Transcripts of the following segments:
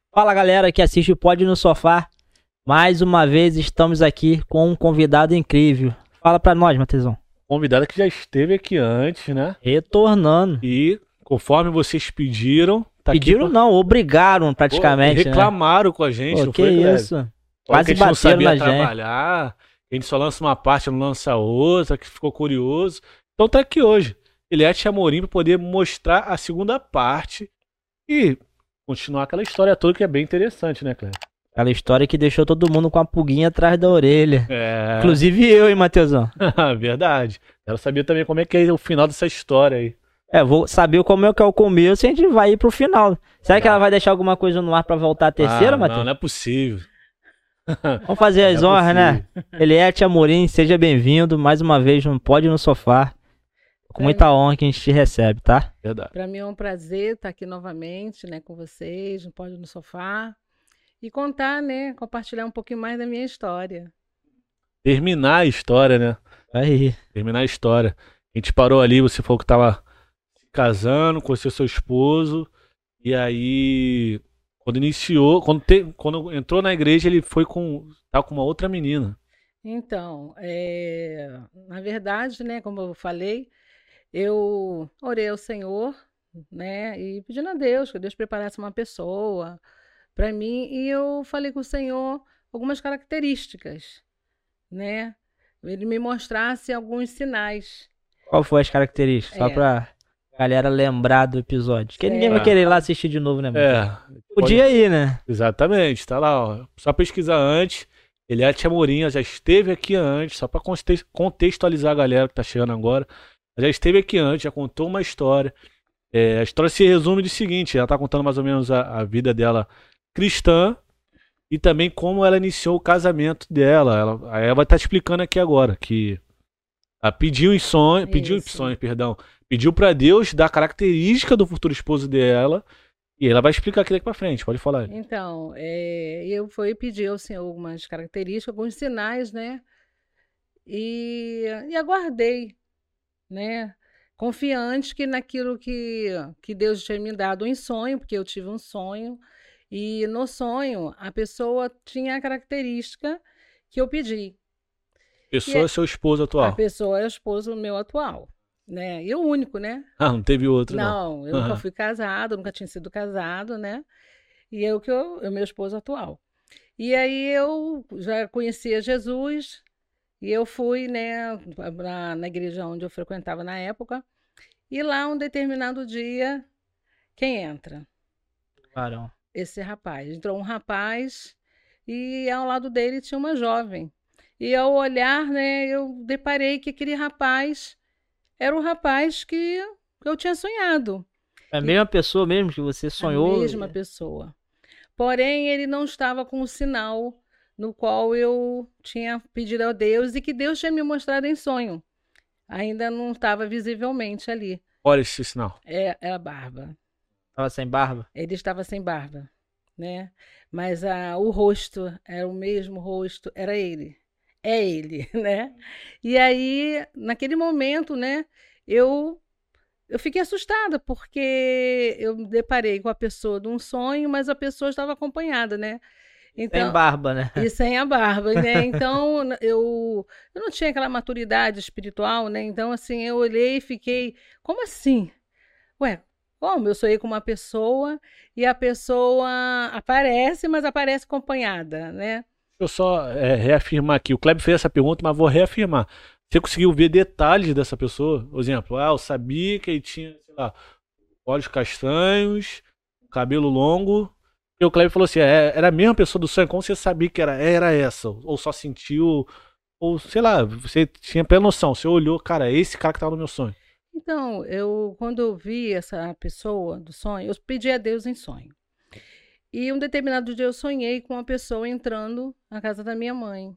Fala galera que assiste o Pod no Sofá. Mais uma vez estamos aqui com um convidado incrível. Fala pra nós, Matheusão. Convidado que já esteve aqui antes, né? Retornando. E conforme vocês pediram... Pediram não, obrigaram praticamente, reclamaram com a gente, não que foi, isso? Quase que a gente não sabia na gente. trabalhar, a gente só lança uma parte, não lança outra, que ficou curioso. Então tá aqui hoje. Eliette Amorim para poder mostrar a segunda parte e continuar aquela história toda que é bem interessante, né, Cleber? Aquela história que deixou todo mundo com a pulguinha atrás da orelha. É. Inclusive eu, hein, Matheusão? Verdade. Quero saber também como é que é o final dessa história aí. Vou saber como é que é o começo e a gente vai ir pro final. Será que ela vai deixar alguma coisa no ar pra voltar a terceira, Matheus? Não é possível. Vamos fazer as honras, né? Eliette Amorim, seja bem-vindo mais uma vez no Pod no Sofá. Com muita honra que a gente te recebe, tá? Verdade. Para mim é um prazer estar aqui novamente, né, com vocês, no Pod no Sofá. E contar, né, compartilhar um pouquinho mais da minha história. Terminar a história, né? Aí. Terminar a história. A gente parou ali, você falou que tava casando, conheceu seu esposo, e aí quando iniciou, quando entrou na igreja, ele foi tava com uma outra menina. Então, na verdade, né, como eu falei, eu orei ao Senhor, né, e pedindo a Deus que Deus preparasse uma pessoa para mim, e eu falei com o Senhor algumas características, né, ele me mostrasse alguns sinais. Qual foi as características? Só pra galera lembrar do episódio. Porque ninguém vai querer ir lá assistir de novo, né, mano? Podia ir, né? Exatamente, tá lá, ó. Só pesquisar antes. Eliette Amorim já esteve aqui antes, só pra contextualizar a galera que tá chegando agora. Ela já esteve aqui antes, já contou uma história. A história se resume do seguinte, ela tá contando mais ou menos a vida dela cristã e também como ela iniciou o casamento dela. Ela vai estar explicando aqui agora que ela pediu pra Deus dar a característica do futuro esposo dela e ela vai explicar aqui daqui pra frente, pode falar. Então, eu fui pedir ao Senhor algumas características, alguns sinais, né? E aguardei, né? Confiante que naquilo que Deus tinha me dado em sonho, porque eu tive um sonho, e no sonho a pessoa tinha a característica que eu pedi. Pessoa é seu esposo atual? A pessoa é o esposo meu atual, né? E o único, né? Ah, não teve outro, não. Eu nunca fui casado, nunca tinha sido casado, né? E é o meu esposo atual. E aí eu já conhecia Jesus e eu fui, né, na igreja onde eu frequentava na época. E lá, um determinado dia, quem entra? Varão. Esse rapaz. Entrou um rapaz e ao lado dele tinha uma jovem. E ao olhar, né, eu deparei que aquele rapaz era o rapaz que eu tinha sonhado. É a mesma pessoa mesmo que você sonhou? A mesma pessoa. Porém, ele não estava com o sinal no qual eu tinha pedido a Deus e que Deus tinha me mostrado em sonho. Ainda não estava visivelmente ali. Olha esse sinal. Era barba. Estava sem barba? Ele estava sem barba, né? Mas o rosto era o mesmo rosto, era ele. É ele, né? E aí, naquele momento, né, eu fiquei assustada, porque eu me deparei com a pessoa de um sonho, mas a pessoa estava acompanhada, né? Então, sem barba, né? E sem a barba, né? Então, eu não tinha aquela maturidade espiritual, né? Então, assim, eu olhei e fiquei, como assim? Ué, como? Eu sonhei com uma pessoa e a pessoa aparece, mas aparece acompanhada, né? Deixa eu só reafirmar aqui. O Kleber fez essa pergunta, mas vou reafirmar. Você conseguiu ver detalhes dessa pessoa? Por exemplo, eu sabia que ele tinha, sei lá, olhos castanhos, cabelo longo. E o Kleber falou assim, era a mesma pessoa do sonho, como você sabia que era essa? Ou só sentiu, ou sei lá, você tinha plena noção, você olhou, cara, é esse cara que tava no meu sonho. Então, quando eu vi essa pessoa do sonho, eu pedi a Deus em sonho. E um determinado dia eu sonhei com uma pessoa entrando na casa da minha mãe.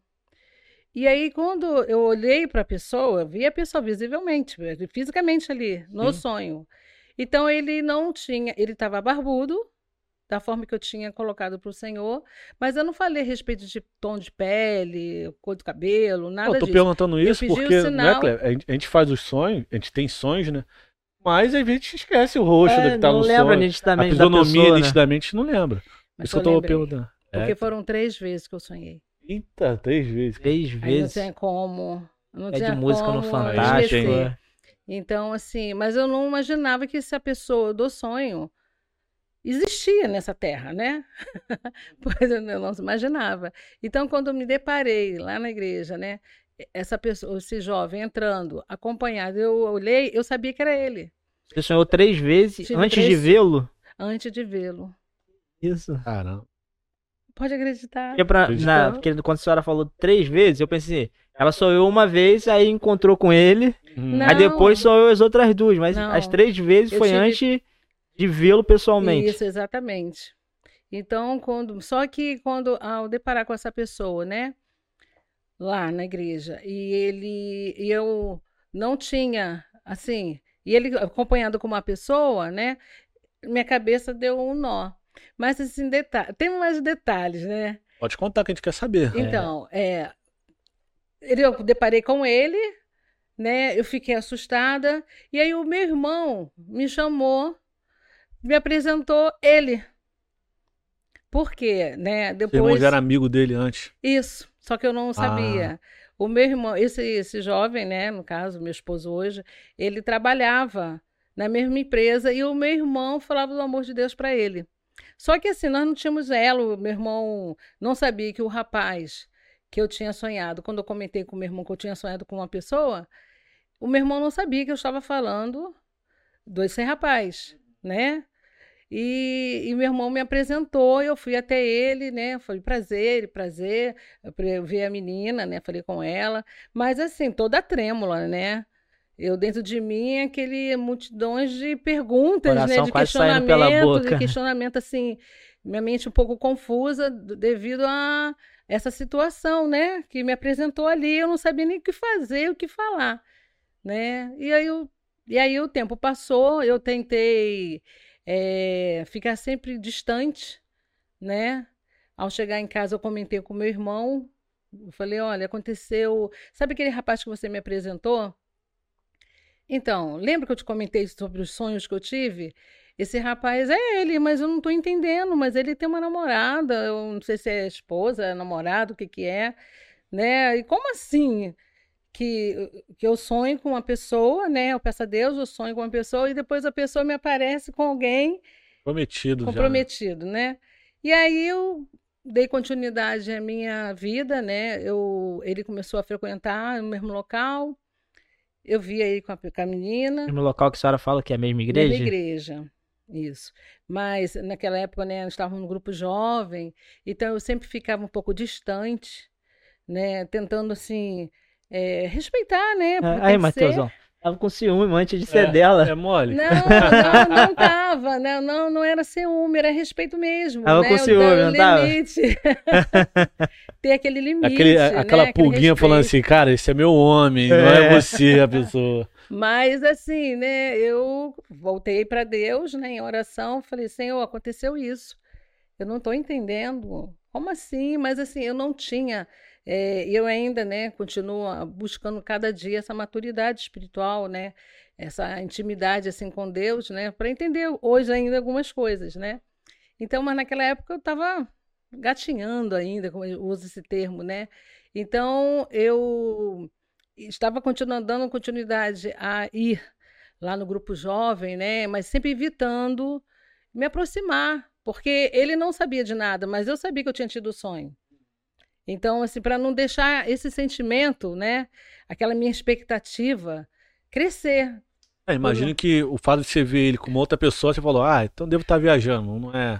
E aí, quando eu olhei para a pessoa, vi a pessoa visivelmente, fisicamente ali, no sonho. Então, ele não tinha, ele estava barbudo, da forma que eu tinha colocado para o Senhor, mas eu não falei a respeito de tom de pele, cor do cabelo, nada disso. Eu tô perguntando isso porque, sinal... né, Cleber, a gente faz os sonhos, a gente tem sonhos, né? Mas a gente esquece o rosto do que tá no sonho. Não lembra nitidamente a fisionomia da pessoa, nitidamente não lembra. Mas Isso que eu tô perguntando. Porque foram 3 vezes que eu sonhei. Eita, 3 vezes. 3 Aí não vezes. tinha como. Não É de tinha música no como Fantástico. esquecer. Então, assim, mas eu não imaginava que essa pessoa do sonho existia nessa terra, né? Pois eu não imaginava. Então, quando eu me deparei lá na igreja, né? Essa pessoa, esse jovem entrando, acompanhado, eu olhei, eu sabia que era ele, Você sonhou 3 vezes Tive antes de 3 vê-lo? antes de vê-lo. Isso. Caramba. Pode acreditar. Acreditando. Porque quando a senhora falou 3 vezes, eu pensei, ela sonhou uma vez, aí encontrou com ele, Não. aí depois sonhou as outras 2, mas Não. as 3 vezes Eu foi tive- antes de vê-lo pessoalmente. Isso, exatamente. Então, só que quando ao deparar com essa pessoa, né, lá na igreja, e eu não tinha, assim, e ele acompanhado com uma pessoa, né, minha cabeça deu um nó. Mas assim, tem mais detalhes, né? Pode contar que a gente quer saber. Então, eu deparei com ele, né? Eu fiquei assustada. E aí o meu irmão me chamou, me apresentou ele. Por quê, né? Seu irmão Depois já era amigo dele antes. isso, só que eu não sabia. O meu irmão, esse jovem, né, no caso, meu esposo hoje, ele trabalhava na mesma empresa e o meu irmão falava do amor de Deus para ele. Só que assim, nós não tínhamos elo, meu irmão não sabia que o rapaz que eu tinha sonhado, quando eu comentei com o meu irmão que eu tinha sonhado com uma pessoa, o meu irmão não sabia que eu estava falando desse rapaz, né? E meu irmão me apresentou, eu fui até ele, né? Foi prazer, eu vi a menina, né? Falei com ela, mas assim, toda trêmula, né? Eu dentro de mim, aquele multidões de perguntas, né? Coração De quase saindo pela questionamento, boca. de questionamento, assim, minha mente um pouco confusa devido a essa situação, né? Que me apresentou ali, eu não sabia nem o que fazer, o que falar, né? E aí o tempo passou, eu tentei ficar sempre distante, né? Ao chegar em casa, eu comentei com meu irmão, eu falei, olha, aconteceu... Sabe aquele rapaz que você me apresentou? Então, lembra que eu te comentei sobre os sonhos que eu tive? Esse rapaz é ele, mas eu não estou entendendo, mas ele tem uma namorada, eu não sei se é esposa, é namorado, o que que é, né? E como assim que eu sonho com uma pessoa, né? Eu peço a Deus, eu sonho com uma pessoa e depois a pessoa me aparece com alguém Prometido já. comprometido, né? E aí eu dei continuidade à minha vida, né? Ele começou a frequentar no mesmo local. Eu vi aí com a menina. No local que a senhora fala que é a mesma igreja? Mesma igreja, isso. Mas naquela época, né, nós estávamos no grupo jovem, então eu sempre ficava um pouco distante, né? Tentando, assim, respeitar, né? Porque Aí, tem que ser- Matheusão, tava com ciúme antes de ser dela. É mole. Não tava, né? Não era ciúme, era respeito mesmo, Tava né? com ciúme, não tava? Limite. Ter aquele limite, Aquela né? Aquele pulguinha falando respeito. assim, cara, esse é meu homem, não é você a pessoa. Mas assim, né? Eu voltei para Deus, né? Em oração, falei, Senhor, aconteceu isso. Eu não estou entendendo. Como assim? Mas assim, eu não tinha. Eu ainda, né? Continuo buscando cada dia essa maturidade espiritual, né? Essa intimidade assim com Deus, né? Para entender hoje ainda algumas coisas, né? Então, mas naquela época eu estava gatinhando ainda, como eu uso esse termo, né? Então, eu estava dando continuidade a ir lá no grupo jovem, né? Mas sempre evitando me aproximar, porque ele não sabia de nada, mas eu sabia que eu tinha tido o sonho. Então, assim, para não deixar esse sentimento, né? Aquela minha expectativa crescer. Imagino que o fato de você ver ele com uma outra pessoa, você falou, então devo estar viajando, não é?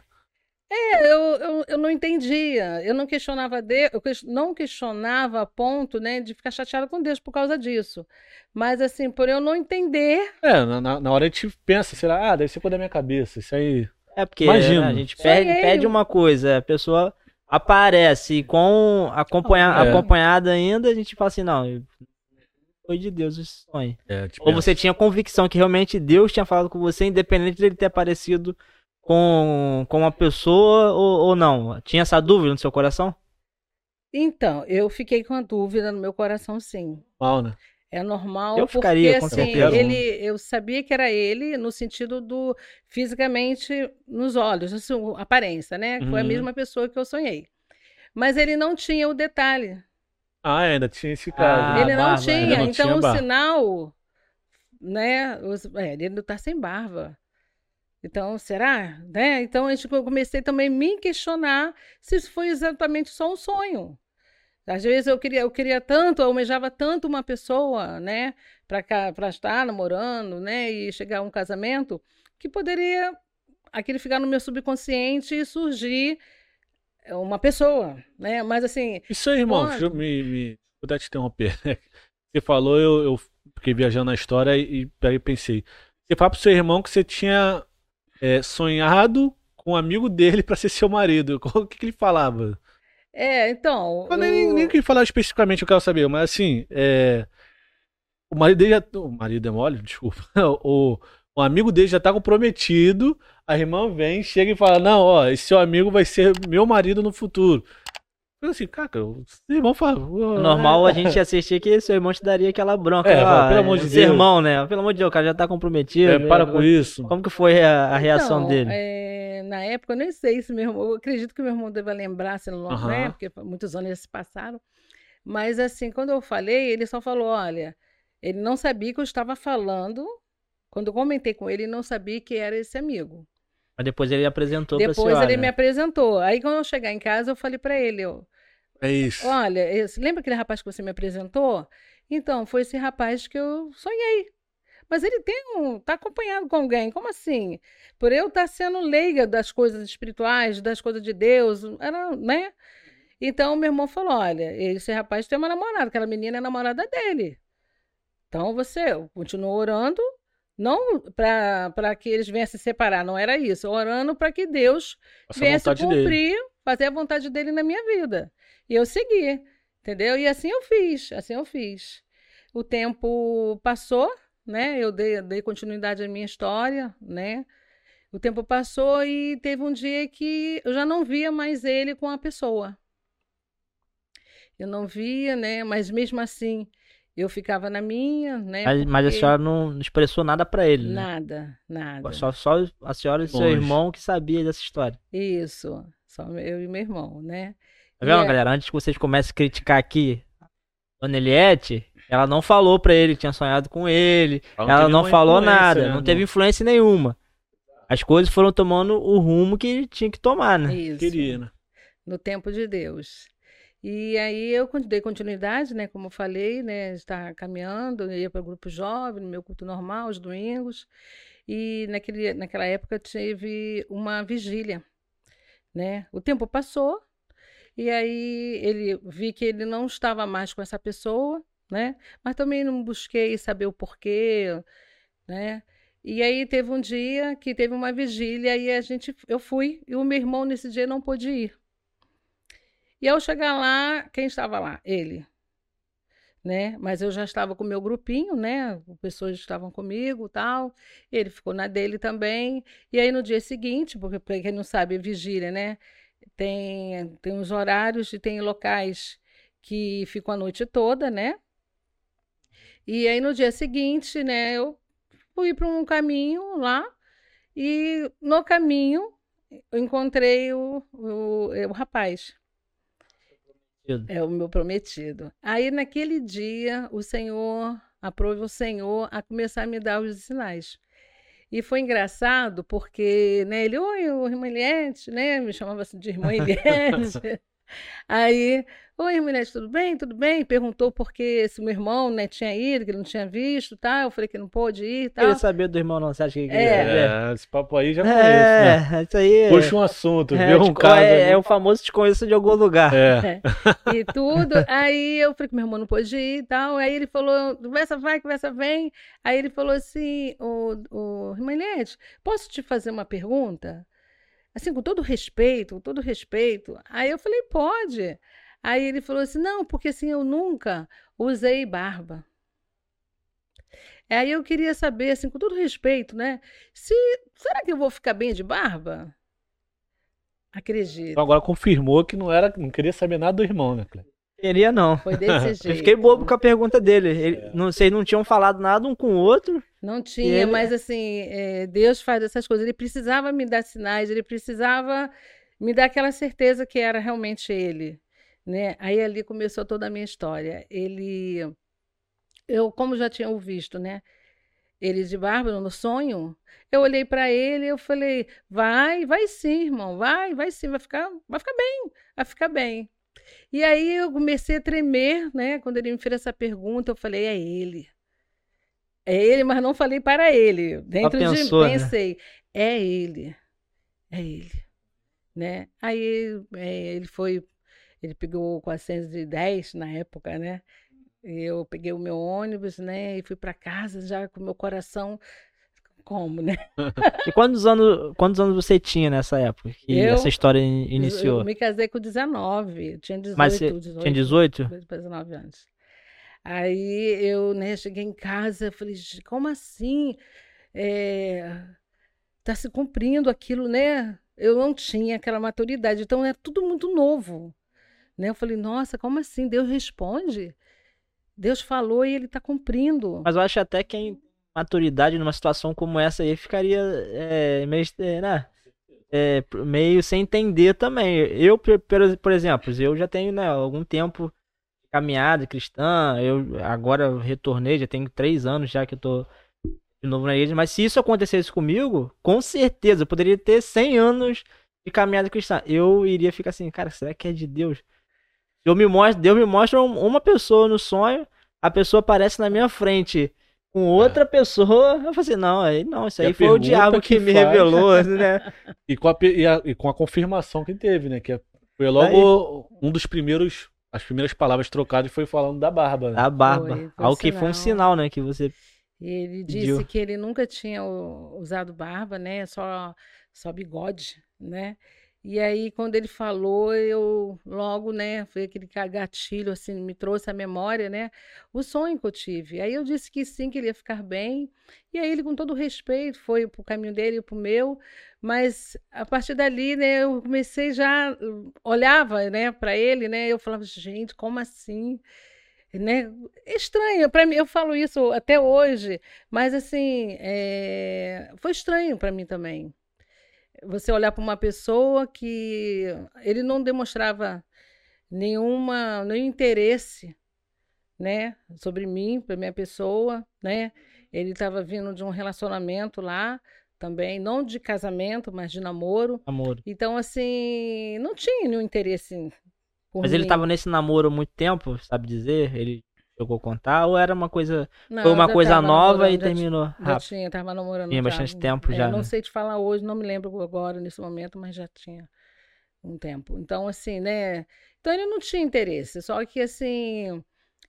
Eu não entendia, eu não questionava Deus, não questionava a ponto, né, de ficar chateada com Deus por causa disso. Mas assim, por eu não entender. Na hora a gente pensa, será, deve ser coisa da minha cabeça, isso aí. É porque Imagino. a gente Sonhei. pede uma coisa, a pessoa aparece com acompanhada ainda, a gente fala assim, não, foi de Deus esse sonho. Ou você tinha convicção que realmente Deus tinha falado com você, independente dele ter aparecido com uma pessoa ou não? Tinha essa dúvida no seu coração? Então, eu fiquei com a dúvida no meu coração, sim. Mal, né? É normal, eu ficaria, porque assim, eu sabia que era ele no sentido do fisicamente nos olhos, assim, aparência, né? Foi a mesma pessoa que eu sonhei. Mas ele não tinha o detalhe. Ainda tinha esse caso. Ele não tinha, então o sinal, né? Ele não tá sem barba. Então, será? Né? Então, eu comecei também a me questionar se isso foi exatamente só um sonho. Às vezes eu queria tanto, eu almejava tanto uma pessoa, né, para estar namorando, né, e chegar a um casamento, que poderia aquele ficar no meu subconsciente e surgir uma pessoa, né? Mas assim. Isso aí, irmão, deixa eu puder te interromper. Você falou, eu fiquei viajando na história e aí pensei. Você fala pro seu irmão que você tinha sonhado com um amigo dele para ser seu marido. O que ele falava? Então. Nem que falar especificamente, eu quero saber, mas assim, o marido dele o marido é mole, desculpa. O amigo dele já tá comprometido, a irmã vem, chega e fala: não, ó, esse seu amigo vai ser meu marido no futuro. Eu assim, cara, o irmão fala. Normal a gente assistir que seu irmão te daria aquela bronca. Pelo amor de Deus. Irmão, né? Pelo amor de Deus, o cara já tá comprometido. Para com isso. Como que foi a reação dele? Na época, eu nem sei se meu irmão. Eu acredito que meu irmão deva lembrar, se não, né? Porque muitos anos já se passaram. Mas, assim, quando eu falei, ele só falou: olha, ele não sabia que eu estava falando. Quando eu comentei com ele, ele não sabia que era esse amigo. Mas depois ele apresentou pra senhora. Depois ele me apresentou. Aí, quando eu chegar em casa, eu falei pra ele: é isso. Olha, lembra aquele rapaz que você me apresentou? Então, foi esse rapaz que eu sonhei. Mas ele tá acompanhado com alguém. Como assim? Por eu estar sendo leiga das coisas espirituais, das coisas de Deus, né? Então, meu irmão falou: olha, esse rapaz tem uma namorada, aquela menina é namorada dele. Então, você continua orando, não para que eles venham se separar, não era isso. Orando para que Deus viesse cumprir, fazer a vontade dele na minha vida. E eu segui, entendeu? E assim eu fiz. O tempo passou, né? Eu dei continuidade à minha história, né? O tempo passou e teve um dia que eu já não via mais ele com a pessoa. Eu não via, né? Mas mesmo assim, eu ficava na minha, né? Mas a senhora não expressou nada pra ele, né? Nada. Só a senhora e seu irmão que sabia dessa história. Isso, só eu e meu irmão, né? Tá vendo, galera? Antes que vocês comecem a criticar aqui a Dona Eliette, ela não falou pra ele que tinha sonhado com ele, ela não falou nada, não teve influência nenhuma. As coisas foram tomando o rumo que tinha que tomar, né? Isso. Queria, né? No tempo de Deus. E aí eu dei continuidade, né? Como eu falei, né? Estava caminhando, eu ia para o grupo jovem, no meu culto normal, aos domingos. E naquela época tive uma vigília, né? O tempo passou. E aí vi que ele não estava mais com essa pessoa, né? Mas também não busquei saber o porquê, né? E aí teve um dia que teve uma vigília e eu fui e o meu irmão nesse dia não pôde ir. E ao chegar lá, quem estava lá? Ele, né? Mas eu já estava com o meu grupinho, né? Pessoas estavam comigo, tal. Ele ficou na dele também. E aí no dia seguinte, porque para quem não sabe, vigília, né? Tem uns horários e tem locais que ficam a noite toda, né? E aí no dia seguinte, né, eu fui para um caminho lá e no caminho eu encontrei o rapaz. É o meu prometido. Aí naquele dia o Senhor aprove o Senhor a começar a me dar os sinais. E foi engraçado porque, né, ele, oi, irmã Eliette, né, me chamava assim de irmã Eliette. Aí, oi, irmã Eliette, tudo bem? Tudo bem? Perguntou porque se meu irmão, né, tinha ido, que ele não tinha visto, tá? Eu falei que não pôde ir, tá? Queria saber do irmão, não, você acha que queria? Esse papo aí já conheço, né? Isso aí. Puxa um assunto, viu um caso. É o famoso te conheço de algum lugar. E tudo. Aí eu falei que meu irmão não pôde ir e tal. Aí ele falou, conversa vai, conversa vem. Aí ele falou assim, irmã Eliette, posso te fazer uma pergunta? Assim, com todo respeito, com todo respeito. Aí eu falei, pode. Aí ele falou assim, não, porque assim, eu nunca usei barba. Aí eu queria saber, assim, com todo respeito, né? Será que eu vou ficar bem de barba? Acredito. Então agora confirmou que não queria saber nada do irmão, né, Cleber? Queria não. Foi desse jeito. Eu fiquei bobo com a pergunta dele. Vocês não tinham falado nada um com o outro? Não tinha, mas assim, Deus faz essas coisas. Ele precisava me dar sinais, ele precisava me dar aquela certeza que era realmente ele, né? Aí ali começou toda a minha história. Eu como já tinha o visto, né? Ele de barba no sonho, eu olhei para ele e eu falei, vai sim, irmão, vai sim, vai ficar bem. E aí eu comecei a tremer, né? Quando ele me fez essa pergunta, eu falei, é ele. É ele, mas não falei para ele. Dentro de mim, pensei, né? É ele, né? Aí ele pegou o 410 na época, né? Eu peguei o meu ônibus, né? E fui para casa já com o meu coração como, né? E quantos anos você tinha nessa época que essa história iniciou? Eu me casei com 19, tinha 18. Mas você tinha 18? 19 anos. Aí eu, né, cheguei em casa, falei, como assim? Tá se cumprindo aquilo, né? Eu não tinha aquela maturidade, então é tudo muito novo, né? Eu falei, nossa, como assim? Deus responde? Deus falou e ele está cumprindo. Mas eu acho até que a maturidade numa situação como essa aí ficaria meio sem entender também. Eu, por exemplo, eu já tenho, né, algum tempo de caminhada cristã, eu agora retornei, já tenho 3 anos já que eu tô de novo na igreja, mas se isso acontecesse comigo, com certeza, eu poderia ter 100 anos de caminhada cristã. Eu iria ficar assim, cara, será que é de Deus? Deus me mostra uma pessoa no sonho, a pessoa aparece na minha frente com outra pessoa, eu falei assim, não, isso aí foi o diabo que me revelou, né? E com a confirmação que teve, né? Que foi logo um dos as primeiras palavras trocadas foi falando da barba. Né? Da barba, foi algo que foi um sinal, né, que você ele disse que ele nunca tinha usado barba, né, só bigode, né? E aí, quando ele falou, eu logo, né, foi aquele gatilho, assim, me trouxe à memória, né, o sonho que eu tive. Aí eu disse que sim, que ele ia ficar bem. E aí ele, com todo respeito, foi pro caminho dele e pro meu. Mas, a partir dali, né, eu comecei já, olhava, né, para ele, né, eu falava, gente, como assim? Né? Estranho, para mim, eu falo isso até hoje, mas, assim, foi estranho para mim também. Você olhar para uma pessoa que ele não demonstrava nenhum interesse, né, sobre mim, para minha pessoa, né? Ele estava vindo de um relacionamento lá também, não de casamento, mas de namoro. Então, assim, não tinha nenhum interesse por Mas mim. Ele estava nesse namoro há muito tempo, sabe dizer? Ele chegou a contar ou era uma coisa, foi uma coisa nova e terminou rápido? Tava namorando. Tinha bastante tempo já. Não né? sei te falar hoje, não me lembro agora nesse momento, mas já tinha um tempo. Então, assim, né? Então ele não tinha interesse, só que, assim,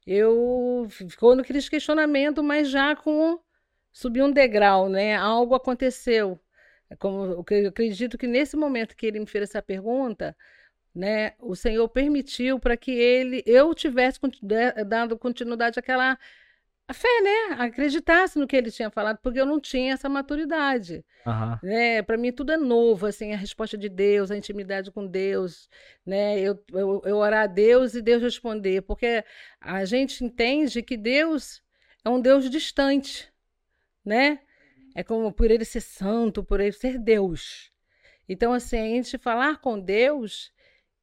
eu ficou naquele questionamento, mas já subi um degrau, né? Algo aconteceu. Eu acredito que nesse momento que ele me fez essa pergunta, né, o Senhor permitiu para que eu tivesse dado continuidade àquela fé, né, acreditasse no que ele tinha falado, porque eu não tinha essa maturidade. Né? Para mim tudo é novo, assim, a resposta de Deus, a intimidade com Deus, né, eu orar a Deus e Deus responder, porque a gente entende que Deus é um Deus distante, né? É como por ele ser santo, por ele ser Deus. Então, assim, a gente falar com Deus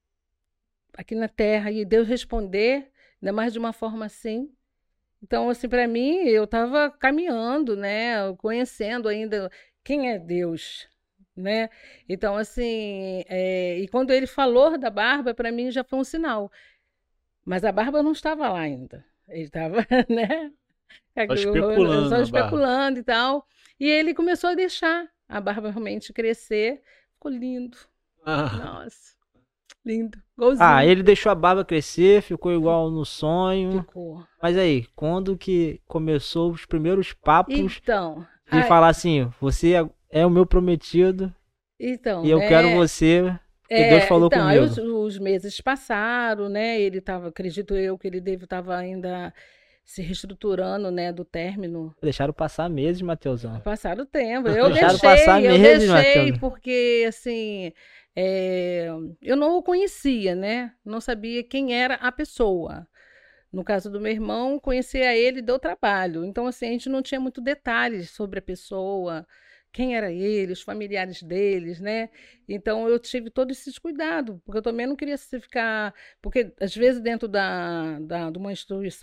aqui na Terra e Deus responder, ainda mais de uma forma assim. Então, assim, para mim, eu estava caminhando, né, conhecendo ainda quem é Deus, né? Então, assim, e quando ele falou da barba, para mim já foi um sinal. Mas a barba não estava lá ainda. Ele estava, né? Só especulando e tal. E ele começou a deixar a barba realmente crescer. Ficou lindo. Nossa. Lindo. Golzinho. Ele deixou a barba crescer, ficou igual no sonho. Ficou. Mas aí, quando que começou os primeiros papos então, de falar assim, você é o meu prometido então, e eu quero você, porque Deus falou comigo. Aí os meses passaram, né? Ele estava, acredito eu, que ele estava ainda se reestruturando, né, do término. Deixaram passar meses, Mateusão. Passaram o tempo. Eu deixei, Mateusão. Porque, assim, eu não o conhecia, né? Não sabia quem era a pessoa. No caso do meu irmão, conhecia ele do trabalho. Então, assim, a gente não tinha muito detalhes sobre a pessoa, quem era ele, os familiares deles, né? Então, eu tive todo esse cuidado, porque eu também não queria ficar... Porque, às vezes, dentro de uma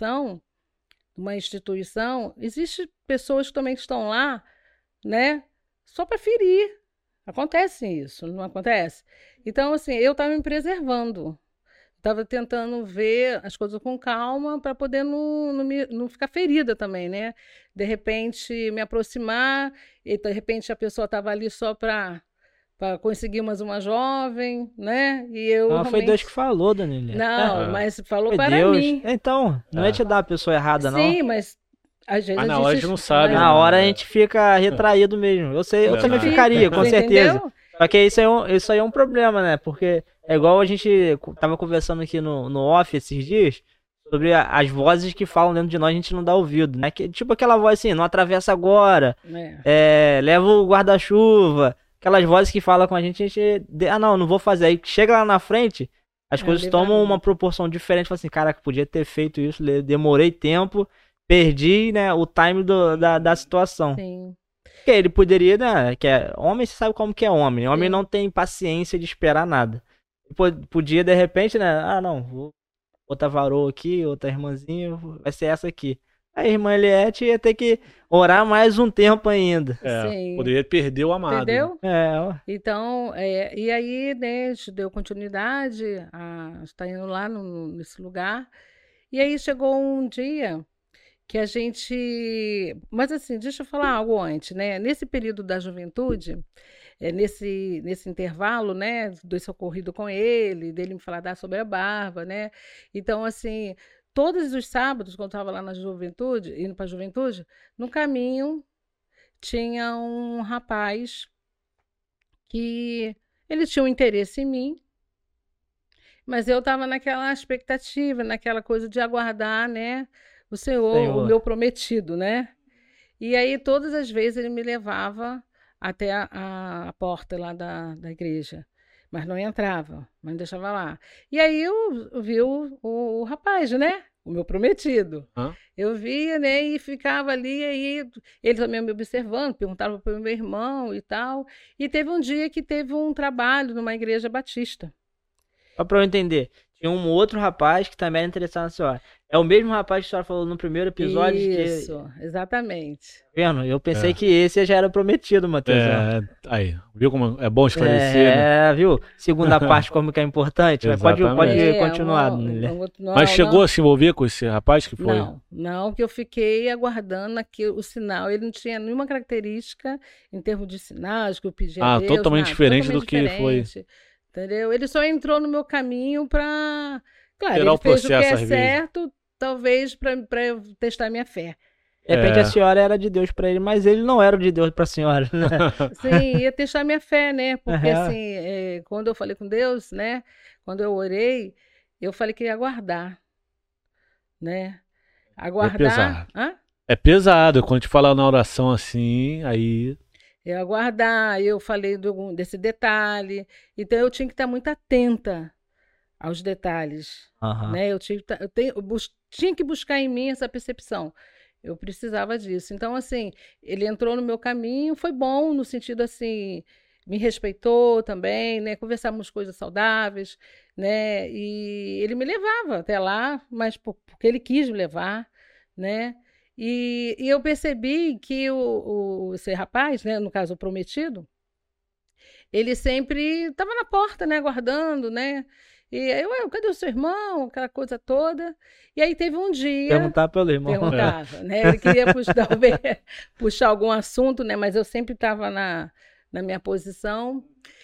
instituição, existem pessoas que também estão lá, né? Só para ferir. Acontece isso, não acontece? Então, assim, eu estava me preservando. Estava tentando ver as coisas com calma para poder não ficar ferida também, né? De repente, me aproximar, e de repente a pessoa estava ali só para conseguir mais uma jovem, né? E eu realmente... foi Deus que falou, Daniela. Não, mas falou foi para Deus. Mim. Então, não é te dar a pessoa errada, não. Sim, mas às vezes na hora a gente não sabe. Na hora a gente fica retraído mesmo. Eu sei, eu também ficaria, com certeza. Entendeu? Só que isso aí é um problema, né? Porque é igual a gente tava conversando aqui no off esses dias, sobre as vozes que falam dentro de nós, a gente não dá ouvido, né? Que, tipo aquela voz assim, não atravessa agora, leva o guarda-chuva, aquelas vozes que falam com a gente não vou fazer. Aí chega lá na frente, as coisas tomam uma proporção diferente, fala assim, caraca, podia ter feito isso, demorei tempo, perdi, né, o time da situação. Sim. Porque ele poderia, né, homem, você sabe como que é homem, homem não tem paciência de esperar nada. Podia, de repente, né, não, vou outra varoa aqui, outra irmãzinha, vai ser essa aqui. A irmã Eliette ia ter que orar mais um tempo ainda. Poderia perder o amado. Entendeu? Então, e aí, né, a gente deu continuidade a estar indo lá nesse lugar. E aí chegou um dia que a gente... Mas assim, deixa eu falar algo antes, né? Nesse período da juventude, nesse intervalo, né, desse ocorrido com ele, dele me falar sobre a barba, né? Então, assim, todos os sábados, quando eu estava lá na juventude, indo para a juventude, no caminho tinha um rapaz que ele tinha um interesse em mim, mas eu estava naquela expectativa, naquela coisa de aguardar, né, o Senhor, o meu prometido, né? E aí, todas as vezes, ele me levava até a porta lá da igreja, mas não entrava, mas me deixava lá. E aí, eu vi o rapaz, né? O meu prometido. Eu via, né? E ficava ali, aí ele também me observando, perguntava para o meu irmão e tal. E teve um dia que teve um trabalho numa igreja batista. Só para eu entender, tinha um outro rapaz que também era interessado na senhora. É o mesmo rapaz que a senhora falou no primeiro episódio? Isso, exatamente. Vendo? Eu pensei que esse já era prometido, Matheus. Aí, viu como é bom esclarecer? Né? Viu? Segunda parte, como que é importante. Mas pode continuar. Mas chegou a se envolver com esse rapaz que foi? Não, que eu fiquei aguardando aqui o sinal. Ele não tinha nenhuma característica em termos de sinais que eu pedi a Deus. Totalmente diferente do que foi. Entendeu? Ele só entrou no meu caminho para... Claro, ele fez o que é certo, talvez para eu testar minha fé. De repente a senhora era de Deus para ele, mas ele não era de Deus para a senhora, né? Sim, ia testar minha fé, né? Porque assim, quando eu falei com Deus, né? Quando eu orei, eu falei que ia aguardar, né? Aguardar... É pesado, quando a gente fala na oração assim, aí... Eu aguardar, eu falei desse detalhe, então eu tinha que estar muito atenta aos detalhes, né? Eu tinha que buscar em mim essa percepção. Eu precisava disso. Então, assim, ele entrou no meu caminho, foi bom no sentido assim, me respeitou também, né? Conversamos coisas saudáveis, né? E ele me levava até lá, mas porque ele quis me levar, né? E eu percebi que esse rapaz, né, no caso o prometido, ele sempre estava na porta, né, aguardando, né? E aí, cadê o seu irmão? Aquela coisa toda. E aí teve um dia... Perguntar pelo irmão. Perguntava, né? Ele queria puxar algum assunto, né? Mas eu sempre estava na minha posição.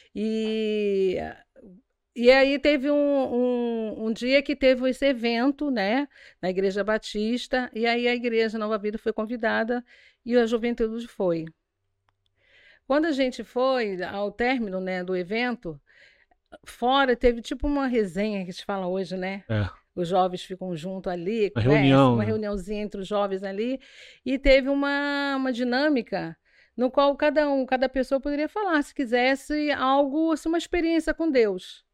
E aí teve um dia que teve esse evento, né, na Igreja Batista, e aí a Igreja Nova Vida foi convidada e a juventude foi. Quando a gente foi, ao término, né, do evento, fora teve tipo uma resenha que a gente fala hoje, né? Os jovens ficam junto ali, uma reuniãozinha entre os jovens ali, e teve uma dinâmica no qual cada pessoa poderia falar, se quisesse algo, assim, uma experiência com Deus.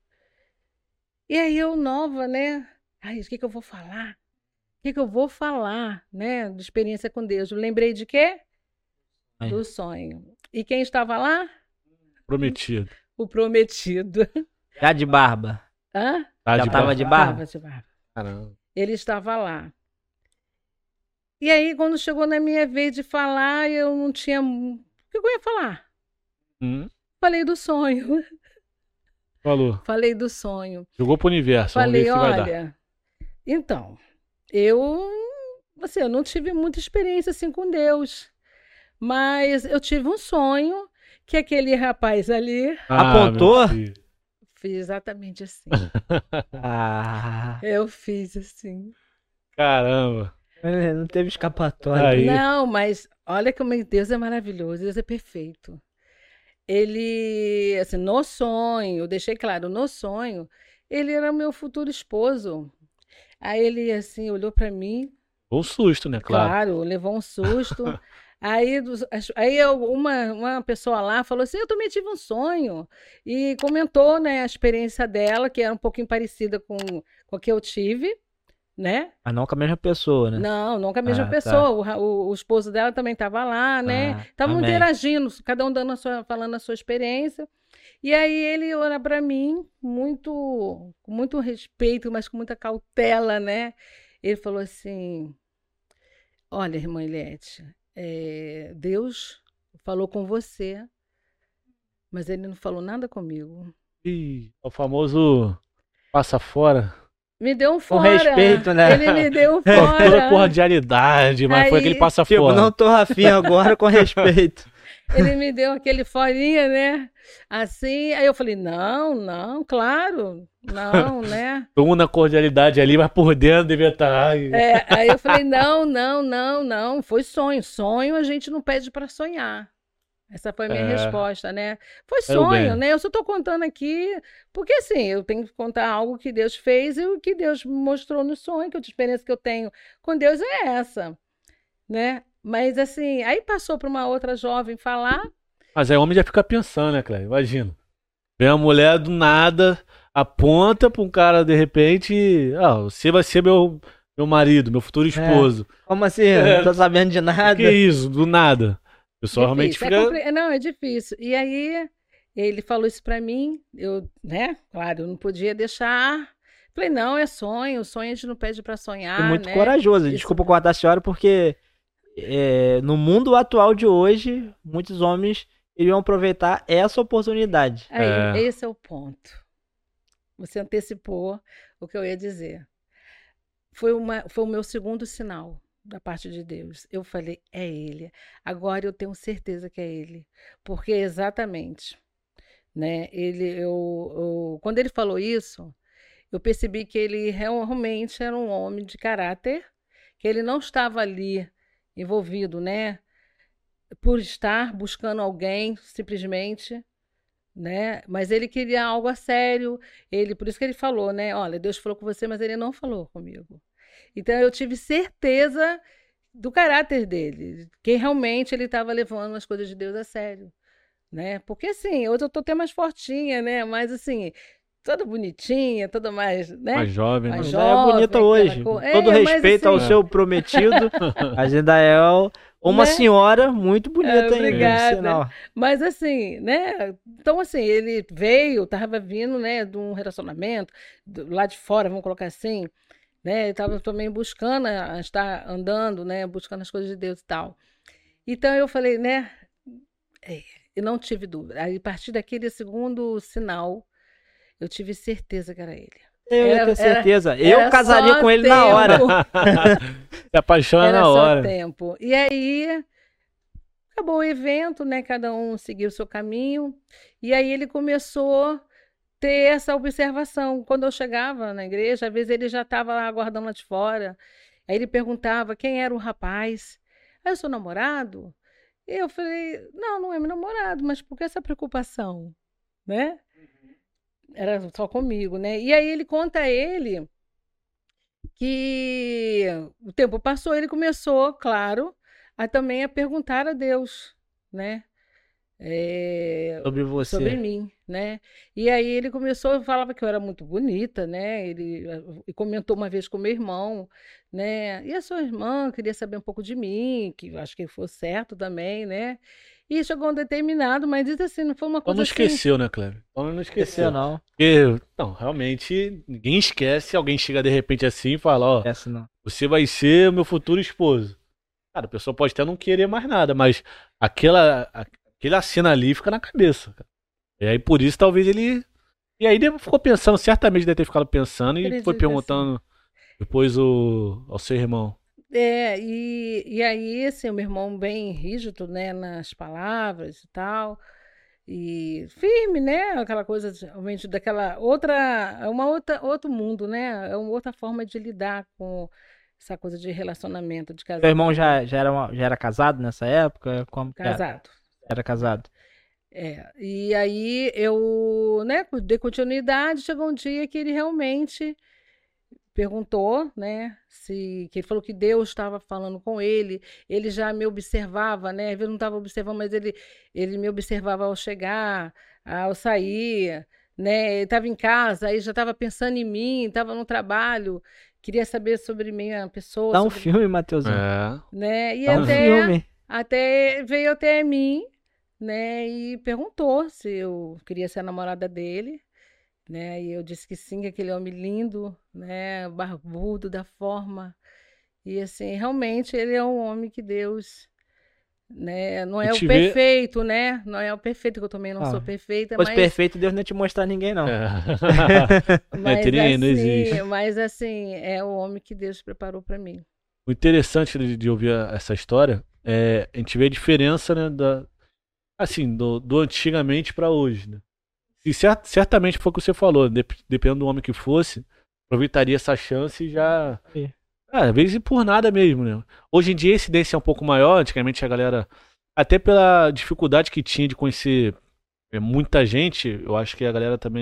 E aí eu nova, né? Ai, o que eu vou falar? O que eu vou falar, né? De experiência com Deus. Eu lembrei de quê? Do sonho. E quem estava lá? Prometido. O prometido. Já de barba. Hã? Já estava de barba? Estava de barba. Caramba. Ele estava lá. E aí, quando chegou na minha vez de falar, eu não tinha... O que eu ia falar? Falei do sonho. Falou. Falei do sonho. Jogou pro universo. Falei, vamos ver se vai olha, dar. então, eu não tive muita experiência assim com Deus, mas eu tive um sonho que aquele rapaz ali apontou. Fiz exatamente assim. Ah. Eu fiz assim. Caramba. Não teve escapatória. Aí. Não, mas olha como Deus é maravilhoso, Deus é perfeito. Ele, assim, no sonho, eu deixei claro, no sonho, ele era meu futuro esposo. Aí ele, assim, olhou para mim. Um susto, né? Claro. Claro, levou um susto. Aí uma pessoa lá falou assim, eu também tive um sonho. E comentou, né, a experiência dela, que era um pouquinho parecida com a que eu tive, né? Mas não com a mesma pessoa, né? Não, não com a mesma pessoa. Tá. O esposo dela também estava lá, né? Estavam interagindo, cada um falando a sua experiência. E aí ele olha para mim com muito respeito, mas com muita cautela, né? Ele falou assim, olha, irmã Eliette, Deus falou com você, mas ele não falou nada comigo. Ih, o famoso passa fora. Me deu um fora. Com respeito, né? Ele me deu um fora. Toda cordialidade, mas aí, foi aquele passa tipo, fora. Não tô Rafinha agora, com respeito. Ele me deu aquele forinha, né? Assim, aí eu falei, não, claro, não, né? Uma na cordialidade ali, mas por dentro devia estar... Aí eu falei, não, foi sonho. Sonho a gente não pede para sonhar. Essa foi a minha resposta, né? Foi sonho, né? Eu só tô contando aqui, porque assim, eu tenho que contar algo que Deus fez e o que Deus mostrou no sonho, que a experiência que eu tenho com Deus é essa, né? Mas assim, aí passou para uma outra jovem falar. Mas aí o homem já fica pensando, né, Cléia? Imagina. Vem uma mulher do nada, aponta para um cara de repente, você vai ser meu marido, meu futuro esposo. Como assim? Não tô sabendo de nada. Que isso, do nada. O pessoal realmente fica... Não, é difícil. E aí ele falou isso para mim, né? Claro, eu não podia deixar. Falei, não, é sonho a gente não pede para sonhar. É muito né? corajoso. Isso... Desculpa cortar a senhora, porque no mundo atual de hoje, muitos homens iriam aproveitar essa oportunidade. Esse é o ponto. Você antecipou o que eu ia dizer. Foi o meu segundo sinal da parte de Deus. Eu falei, é ele. Agora eu tenho certeza que é ele. Porque exatamente, né? Quando ele falou isso, eu percebi que ele realmente era um homem de caráter, que ele não estava ali envolvido, né? Por estar buscando alguém, simplesmente, né? Mas ele queria algo a sério. Por isso que ele falou, né? Olha, Deus falou com você, mas ele não falou comigo. Então eu tive certeza do caráter dele, que realmente ele estava levando as coisas de Deus a sério, né? Porque assim, hoje eu tô até mais fortinha, né? Mas assim, toda bonitinha, toda mais, né? Mais jovem. Mais jovem, é bonita hoje. Todo respeito assim, ao seu prometido, mas ainda é uma senhora muito bonita, obrigada. Né? Mas assim, né? Então assim, ele estava vindo, né, de um relacionamento lá de fora, vamos colocar assim, né? Ele estava também buscando estar andando, né, buscando as coisas de Deus e tal. Então eu falei, né, eu não tive dúvida. Aí a partir daquele segundo sinal, eu tive certeza que era ele. Eu ia ter certeza. Eu casaria com ele na hora. Se apaixona na hora. Era só tempo. E aí, acabou o evento, né? Cada um seguiu o seu caminho. E aí ele começou a ter essa observação. Quando eu chegava na igreja, às vezes ele já estava lá aguardando lá de fora. Aí ele perguntava quem era o rapaz. Aí eu sou namorado? E eu falei, não é meu namorado, mas por que essa preocupação? Né? Era só comigo, né? E aí ele conta a ele que o tempo passou, ele começou, claro, também a perguntar a Deus, né? Sobre você. Sobre mim, né? E aí ele começou, falava que eu era muito bonita, né? Ele comentou uma vez com meu irmão, né? E a sua irmã queria saber um pouco de mim, que eu acho que foi certo também, né? E chegou um determinado, mas disse assim, não foi uma coisa não assim... esqueceu, né, Cleber? Não esqueceu, não. Porque, não, realmente, ninguém esquece. Alguém chega de repente assim e fala, ó, você vai ser o meu futuro esposo. Cara, a pessoa pode até não querer mais nada, mas aquela cena ali fica na cabeça, cara. E aí, por isso, talvez ele... E aí, ele ficou pensando, certamente deve ter ficado pensando e foi perguntando assim. Depois ao seu irmão. E aí, assim, o meu irmão bem rígido, né, nas palavras e tal, e firme, né, aquela coisa, realmente, daquela outro mundo, né, é uma outra forma de lidar com essa coisa de relacionamento, de casamento. Seu irmão já era casado nessa época? Como casado. Era casado. E aí eu, né, dei continuidade, chegou um dia que ele realmente perguntou, né, que ele falou que Deus estava falando com ele já me observava, né, eu não estava observando, mas ele me observava ao chegar, ao sair, né, ele estava em casa, aí já estava pensando em mim, estava no trabalho, queria saber sobre minha pessoa. Dá um filme, Matheusinho. Né, e Dá um filme. Até veio até mim, né, e perguntou se eu queria ser a namorada dele, né, e eu disse que sim, que aquele homem lindo, né, barbudo da forma, e assim, realmente ele é um homem que Deus, né, não é o perfeito, né, não é o perfeito, que eu também não sou perfeita, mas... perfeito, Deus não ia te mostrar ninguém, não. Não existe. Mas assim, é o homem que Deus preparou para mim. O interessante de ouvir essa história é a gente vê a diferença, né, do antigamente para hoje, né? E certamente foi o que você falou, dependendo do homem que fosse, aproveitaria essa chance e já... às vezes por nada mesmo, né? Hoje em dia a incidência é um pouco maior, antigamente a galera, até pela dificuldade que tinha de conhecer muita gente, eu acho que a galera também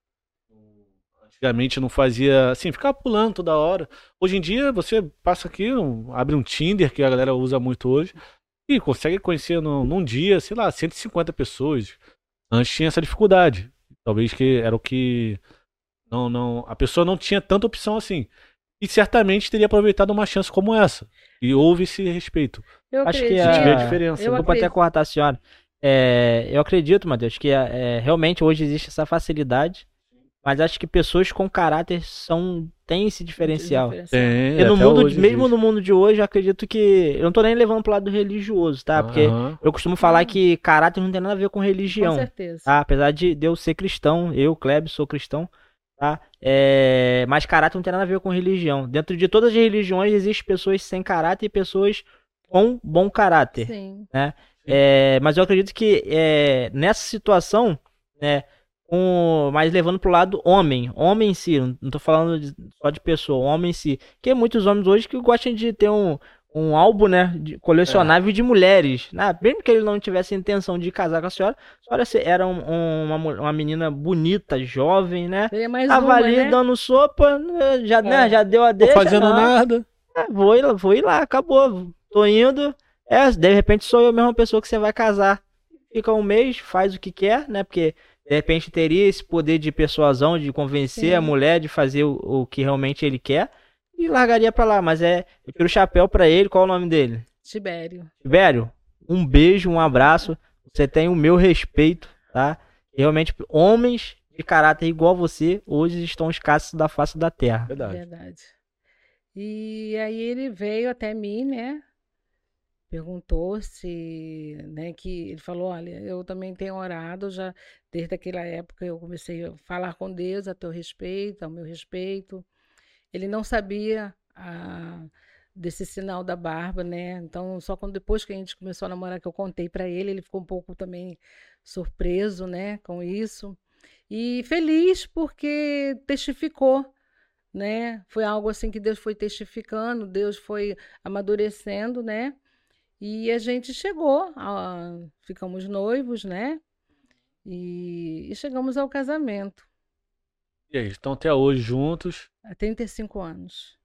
antigamente não fazia, assim, ficava pulando toda hora. Hoje em dia você passa aqui, abre um Tinder, que a galera usa muito hoje, e consegue conhecer num dia, sei lá, 150 pessoas. Antes tinha essa dificuldade. Talvez que era o que... a pessoa não tinha tanta opção assim. E certamente teria aproveitado uma chance como essa. E houve esse respeito. Acho que a diferença. Eu vou até cortar a senhora. Eu acredito, Matheus, que realmente hoje existe essa facilidade. Mas acho que pessoas com caráter têm esse diferencial. Tem, e no mundo, mesmo no mundo de hoje, eu acredito que... Eu não tô nem levando pro lado religioso, tá? Porque eu costumo falar que caráter não tem nada a ver com religião. Com certeza. Tá? Apesar de eu ser cristão, eu, Kleber, sou cristão, tá? Mas caráter não tem nada a ver com religião. Dentro de todas as religiões existem pessoas sem caráter e pessoas com bom caráter. Sim. Né? Mas eu acredito que nessa situação, né, mas levando pro lado homem em si, não tô falando só de pessoa, homem em si, que muitos homens hoje que gostam de ter um álbum, né, colecionável de mulheres, né? Mesmo que ele não tivesse intenção de casar com a senhora era uma menina bonita, jovem, né? Tava ali, né, dando sopa, né, já deu a deixa. Tô fazendo nada. Vou ir lá, acabou, tô indo, de repente sou eu a mesma pessoa que você vai casar. Fica um mês, faz o que quer, né, porque de repente teria esse poder de persuasão, de convencer a mulher de fazer o que realmente ele quer e largaria pra lá. Mas eu tiro o chapéu pra ele. Qual é o nome dele? Tibério. Tibério, um beijo, um abraço. Você tem o meu respeito, tá? E realmente, homens de caráter igual você hoje estão escassos da face da terra. Verdade. E aí ele veio até mim, né? Perguntou se, né, que ele falou, olha, eu também tenho orado, já desde aquela época eu comecei a falar com Deus a teu respeito, ao meu respeito. Ele não sabia desse sinal da barba, né? Então, só depois que a gente começou a namorar que eu contei para ele, ele ficou um pouco também surpreso, né, com isso. E feliz porque testificou, né? Foi algo assim que Deus foi testificando, Deus foi amadurecendo, né? E a gente chegou, ficamos noivos, né? E chegamos ao casamento. E aí, estão até hoje juntos? Há 35 anos.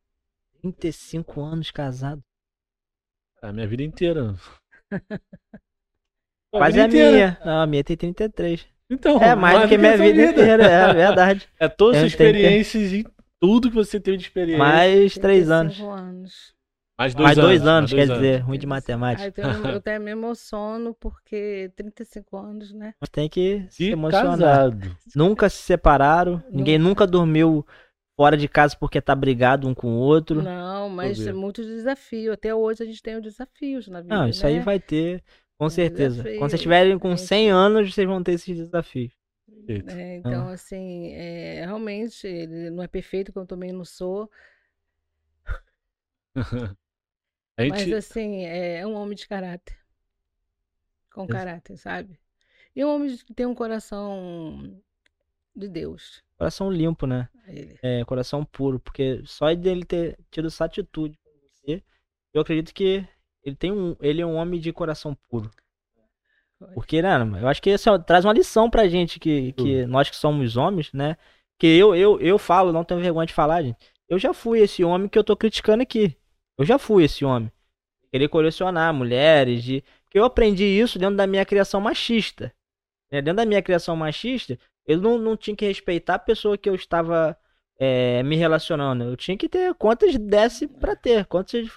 35 anos casado? A minha vida inteira. Quase a minha. Não, a minha tem 33. Então, é mais do que minha vida inteira, é verdade. É todas as experiências e tudo que você teve de experiência. Mais 3 anos. Mais 2 anos, quer dizer, ruim de matemática. Eu até me emociono porque 35 anos, né? Mas tem que se emocionar. Casado. Nunca se separaram, ninguém nunca dormiu fora de casa porque tá brigado um com o outro. Não, mas é muito desafio. Até hoje a gente tem os desafios na vida. Não, isso aí vai ter, com certeza. Quando vocês estiverem com 100 anos, vocês vão ter esses desafios. Então, assim, realmente, ele não é perfeito, como eu também não sou. Mas, assim, é um homem de caráter. Com caráter, sabe? E um homem que tem um coração de Deus. Coração limpo, né? Coração puro. Porque só dele ter tido essa atitude com você, eu acredito que ele é um homem de coração puro. Porque, né, eu acho que isso traz uma lição pra gente, que nós que somos homens, né? Que eu falo, não tenho vergonha de falar, gente. Eu já fui esse homem que eu tô criticando aqui. Eu já fui esse homem. Querer colecionar mulheres, que eu aprendi isso dentro da minha criação machista. Dentro da minha criação machista, eu não tinha que respeitar a pessoa que eu estava me relacionando. Eu tinha que ter quantas desse pra ter, quantas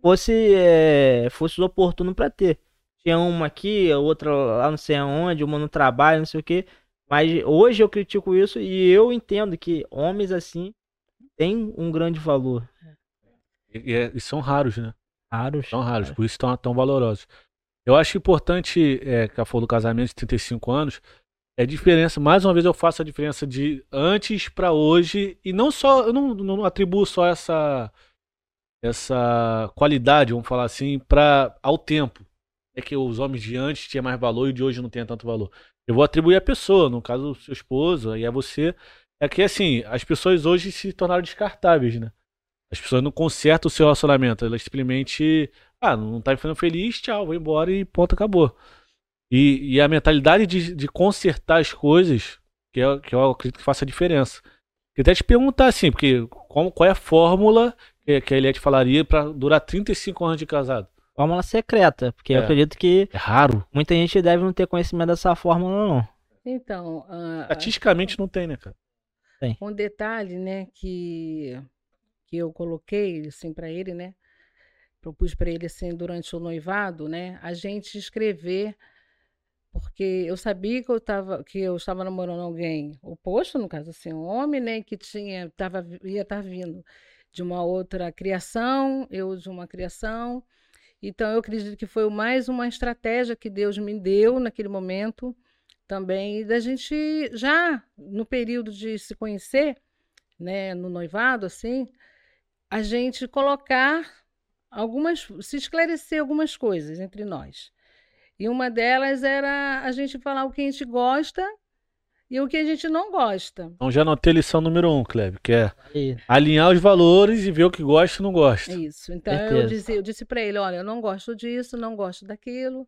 fosse oportuno pra ter. Tinha uma aqui, a outra lá não sei aonde, uma no trabalho, não sei o que. Mas hoje eu critico isso e eu entendo que homens assim têm um grande valor. E são raros, né? São raros, cara. Por isso estão tão valorosos. Eu acho importante, que ela falou do casamento de 35 anos, a diferença, mais uma vez eu faço a diferença de antes para hoje, e não só, eu não atribuo só essa qualidade, vamos falar assim, ao tempo. É que os homens de antes tinham mais valor e de hoje não tem tanto valor. Eu vou atribuir a pessoa, no caso, seu esposo, e a você. É que, assim, as pessoas hoje se tornaram descartáveis, né? As pessoas não consertam o seu relacionamento, elas simplesmente, não tá me fazendo feliz, tchau, vou embora e ponto, acabou. E a mentalidade de consertar as coisas, que eu acredito que faça a diferença. Queria até te perguntar, assim, porque qual é a fórmula que a Eliette falaria para durar 35 anos de casado? Fórmula secreta, porque eu acredito que é raro. Muita gente deve não ter conhecimento dessa fórmula, não. Então, estatisticamente não tem, né, cara? Tem. Um detalhe, né, que eu coloquei assim para ele, né? Propus para ele assim durante o noivado, né, a gente escrever, porque eu sabia que eu estava namorando alguém oposto, no caso assim, um homem, né, que ia estar vindo de uma outra criação, eu de uma criação. Então eu acredito que foi mais uma estratégia que Deus me deu naquele momento também, da gente já no período de se conhecer, né, no noivado assim, a gente se esclarecer algumas coisas entre nós. E uma delas era a gente falar o que a gente gosta e o que a gente não gosta. Então já anotei a lição número 1, Cleve, que é alinhar os valores e ver o que gosta e não gosta. Isso. Então eu disse para ele, olha, eu não gosto disso, não gosto daquilo.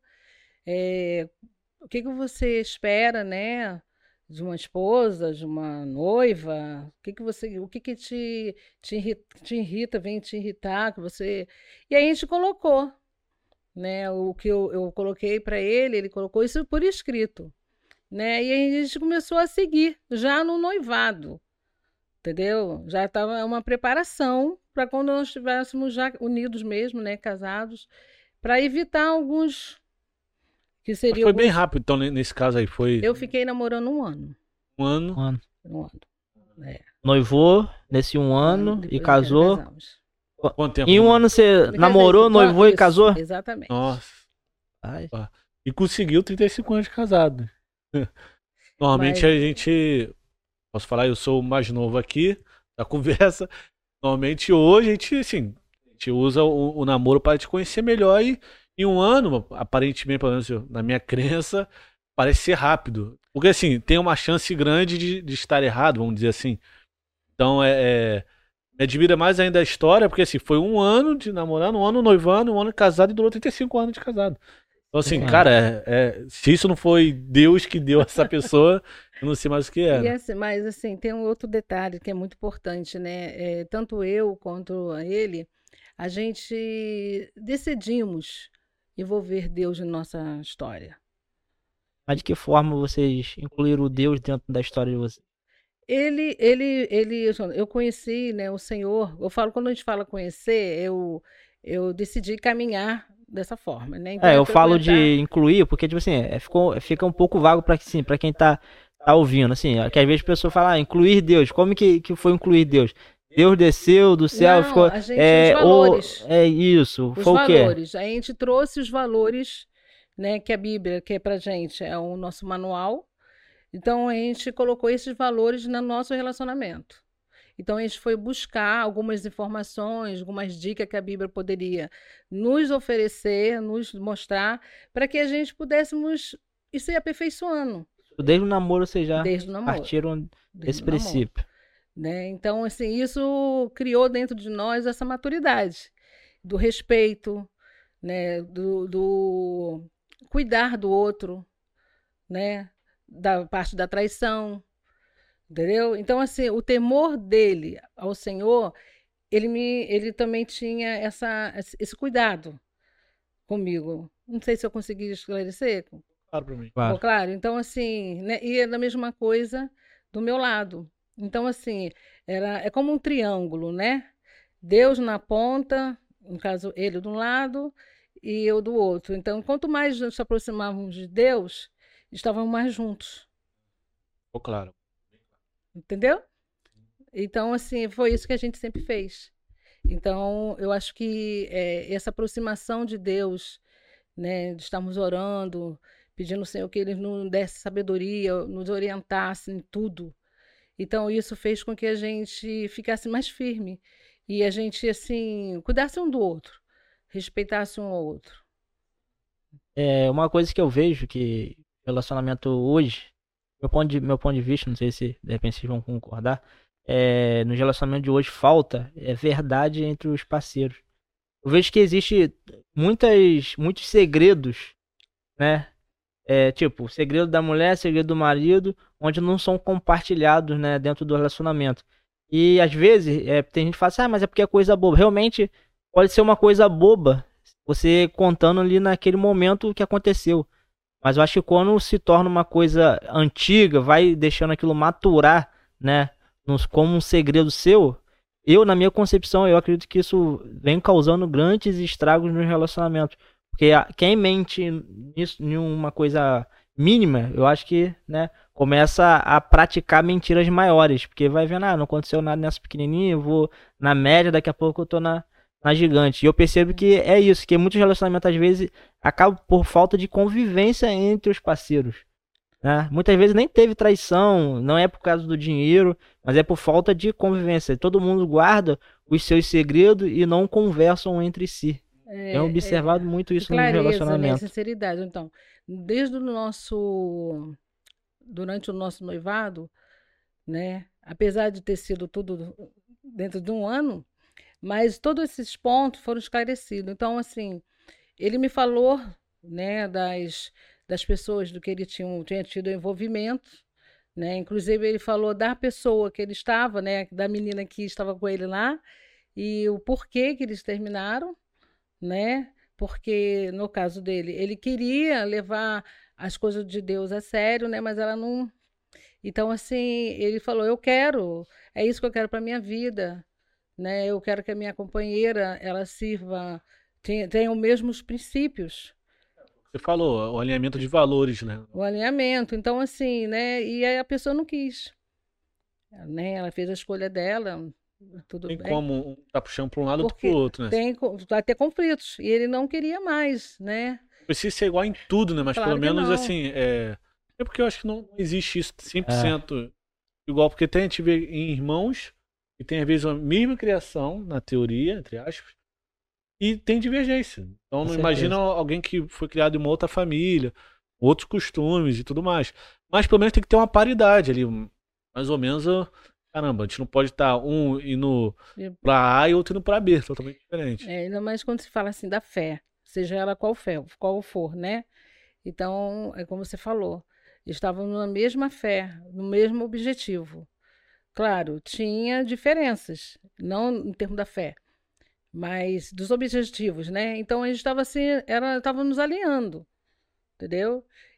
O que você espera, né, de uma esposa, de uma noiva? O que te irrita, vem te irritar, que você... E aí a gente colocou, né, o que eu coloquei para ele colocou isso por escrito, né? E aí a gente começou a seguir já no noivado, entendeu? Já estava uma preparação para quando nós estivéssemos já unidos mesmo, né, casados, para evitar alguns que seriam. Foi bem rápido, então, nesse caso aí foi. Eu fiquei namorando 1 ano. 1 ano? 1 ano. 1 ano. Noivou nesse 1 ano e casou. Quanto tempo? Em 1 ano você namorou, noivou e casou? Exatamente. Nossa. E conseguiu 35 anos de casado. Normalmente a gente... Posso falar, eu sou o mais novo aqui da conversa. Normalmente hoje a gente usa o namoro para te conhecer melhor e em 1 ano, aparentemente, pelo menos na minha crença, parece ser rápido. Porque assim, tem uma chance grande de estar errado, vamos dizer assim. Então me admira mais ainda a história, porque assim, foi 1 ano de namorando, 1 ano noivando, 1 ano de casado e durou 35 anos de casado. Então assim, cara, se isso não foi Deus que deu essa pessoa, eu não sei mais o que era. E assim, mas assim, tem um outro detalhe que é muito importante, né? Tanto eu quanto ele, a gente decidimos envolver Deus em nossa história, Mas de que forma vocês incluíram o Deus dentro da história de vocês? Eu conheci, né, o Senhor. Eu falo, quando a gente fala conhecer, eu decidi caminhar dessa forma, né? Então, eu falo de incluir, porque, tipo assim, fica um pouco vago pra quem tá ouvindo, assim, que às vezes a pessoa fala, incluir Deus, como que foi incluir Deus? Deus desceu do céu, não, ficou... os valores. Isso, os foi valores. O quê? A gente trouxe os valores, né, que a Bíblia, que é pra gente, é o nosso manual. Então, a gente colocou esses valores no nosso relacionamento. Então, a gente foi buscar algumas informações, algumas dicas que a Bíblia poderia nos oferecer, nos mostrar, para que a gente pudéssemos ir se aperfeiçoando. Desde o namoro, vocês já namoro. partiram desse princípio. Né? Então, assim, isso criou dentro de nós essa maturidade do respeito, né? do cuidar do outro, né? Da parte da traição, entendeu? Então, assim, o temor dele ao Senhor, ele também tinha esse cuidado comigo. Não sei se eu consegui esclarecer. Claro para mim. Claro. Então, assim, né? E é da mesma coisa do meu lado. Então, assim, é como um triângulo, né? Deus na ponta, no caso, ele de um lado e eu do outro. Então, quanto mais nos aproximávamos de Deus, estávamos mais juntos. Claro. Entendeu? Então, assim, foi isso que a gente sempre fez. Então, eu acho que essa aproximação de Deus, né, de estarmos orando, pedindo ao Senhor que Ele nos desse sabedoria, nos orientasse em tudo. Então, isso fez com que a gente ficasse mais firme e a gente, assim, cuidasse um do outro, respeitasse um ao outro. Uma coisa que eu vejo que relacionamento hoje, meu ponto de vista, não sei se de repente vocês vão concordar, no relacionamento de hoje falta verdade entre os parceiros. Eu vejo que existe muitos segredos, né? Tipo, segredo da mulher, segredo do marido, onde não são compartilhados, né, dentro do relacionamento. E às vezes tem gente que fala assim, mas é porque é coisa boba. Realmente pode ser uma coisa boba, você contando ali naquele momento o que aconteceu. Mas eu acho que quando se torna uma coisa antiga, vai deixando aquilo maturar, né, como um segredo seu, na minha concepção, eu acredito que isso vem causando grandes estragos nos relacionamentos. Porque quem mente nisso, em uma coisa mínima, eu acho que, né, começa a praticar mentiras maiores. Porque vai vendo, não aconteceu nada nessa pequenininha, eu vou na média, daqui a pouco eu tô na gigante. E eu percebo que é isso, que muitos relacionamentos às vezes acabam por falta de convivência entre os parceiros. Né? Muitas vezes nem teve traição, não é por causa do dinheiro, mas é por falta de convivência. Todo mundo guarda os seus segredos e não conversam entre si. Tenho observado muito isso clareza, no relacionamento. Né? Sinceridade. Então, durante o nosso noivado, né? Apesar de ter sido tudo dentro de um ano, mas todos esses pontos foram esclarecidos. Então, assim, ele me falou, né, das pessoas do que ele tinha tido envolvimento, né? Inclusive ele falou da pessoa que ele estava, né, da menina que estava com ele lá e o porquê que eles terminaram, né? Porque no caso dele, ele queria levar as coisas de Deus a sério, né? Mas ela não. Então assim, ele falou: é isso que eu quero para minha vida, né? Eu quero que a minha companheira ela tenha os mesmos princípios. Você falou, o alinhamento de valores, né? O alinhamento. Então, assim, né? E aí a pessoa não quis. Né? Ela fez a escolha dela, tudo bem. Tem como tá puxando para um lado ou para o outro, né? Vai ter conflitos. E ele não queria mais, né? Precisa ser igual em tudo, né? Mas claro pelo menos, assim, é porque eu acho que não existe isso 100% igual. Porque a gente vê em irmãos que tem, às vezes, a mesma criação, na teoria, entre aspas, e tem divergência. Então não imagina alguém que foi criado em uma outra família, outros costumes e tudo mais. Mas pelo menos tem que ter uma paridade ali. Mais ou menos, caramba, a gente não pode estar um indo pra A e outro indo pra B, totalmente diferente. Ainda mais quando se fala assim da fé, seja ela qual for, né? Então, é como você falou, estavam na mesma fé, no mesmo objetivo. Claro, tinha diferenças, não em termos da fé, mas dos objetivos, né? Então a gente estava assim, estava nos alinhando, entendeu?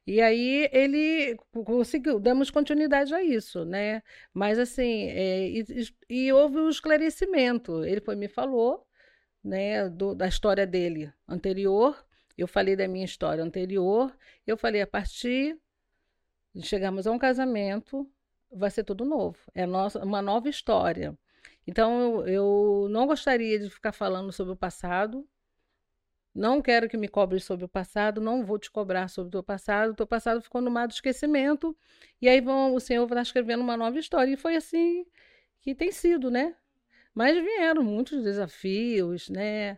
E aí ele conseguiu, damos continuidade a isso, né? Mas assim, e houve um esclarecimento. Ele me falou, né, da história dele anterior, eu falei da minha história anterior, eu falei, a partir de chegarmos a um casamento, vai ser tudo novo. É uma nova história. Então, eu não gostaria de ficar falando sobre o passado. Não quero que me cobre sobre o passado, não vou te cobrar sobre o teu passado. O teu passado ficou no mar do esquecimento. E aí o Senhor vai escrevendo uma nova história. E foi assim que tem sido, né? Mas vieram muitos desafios, né?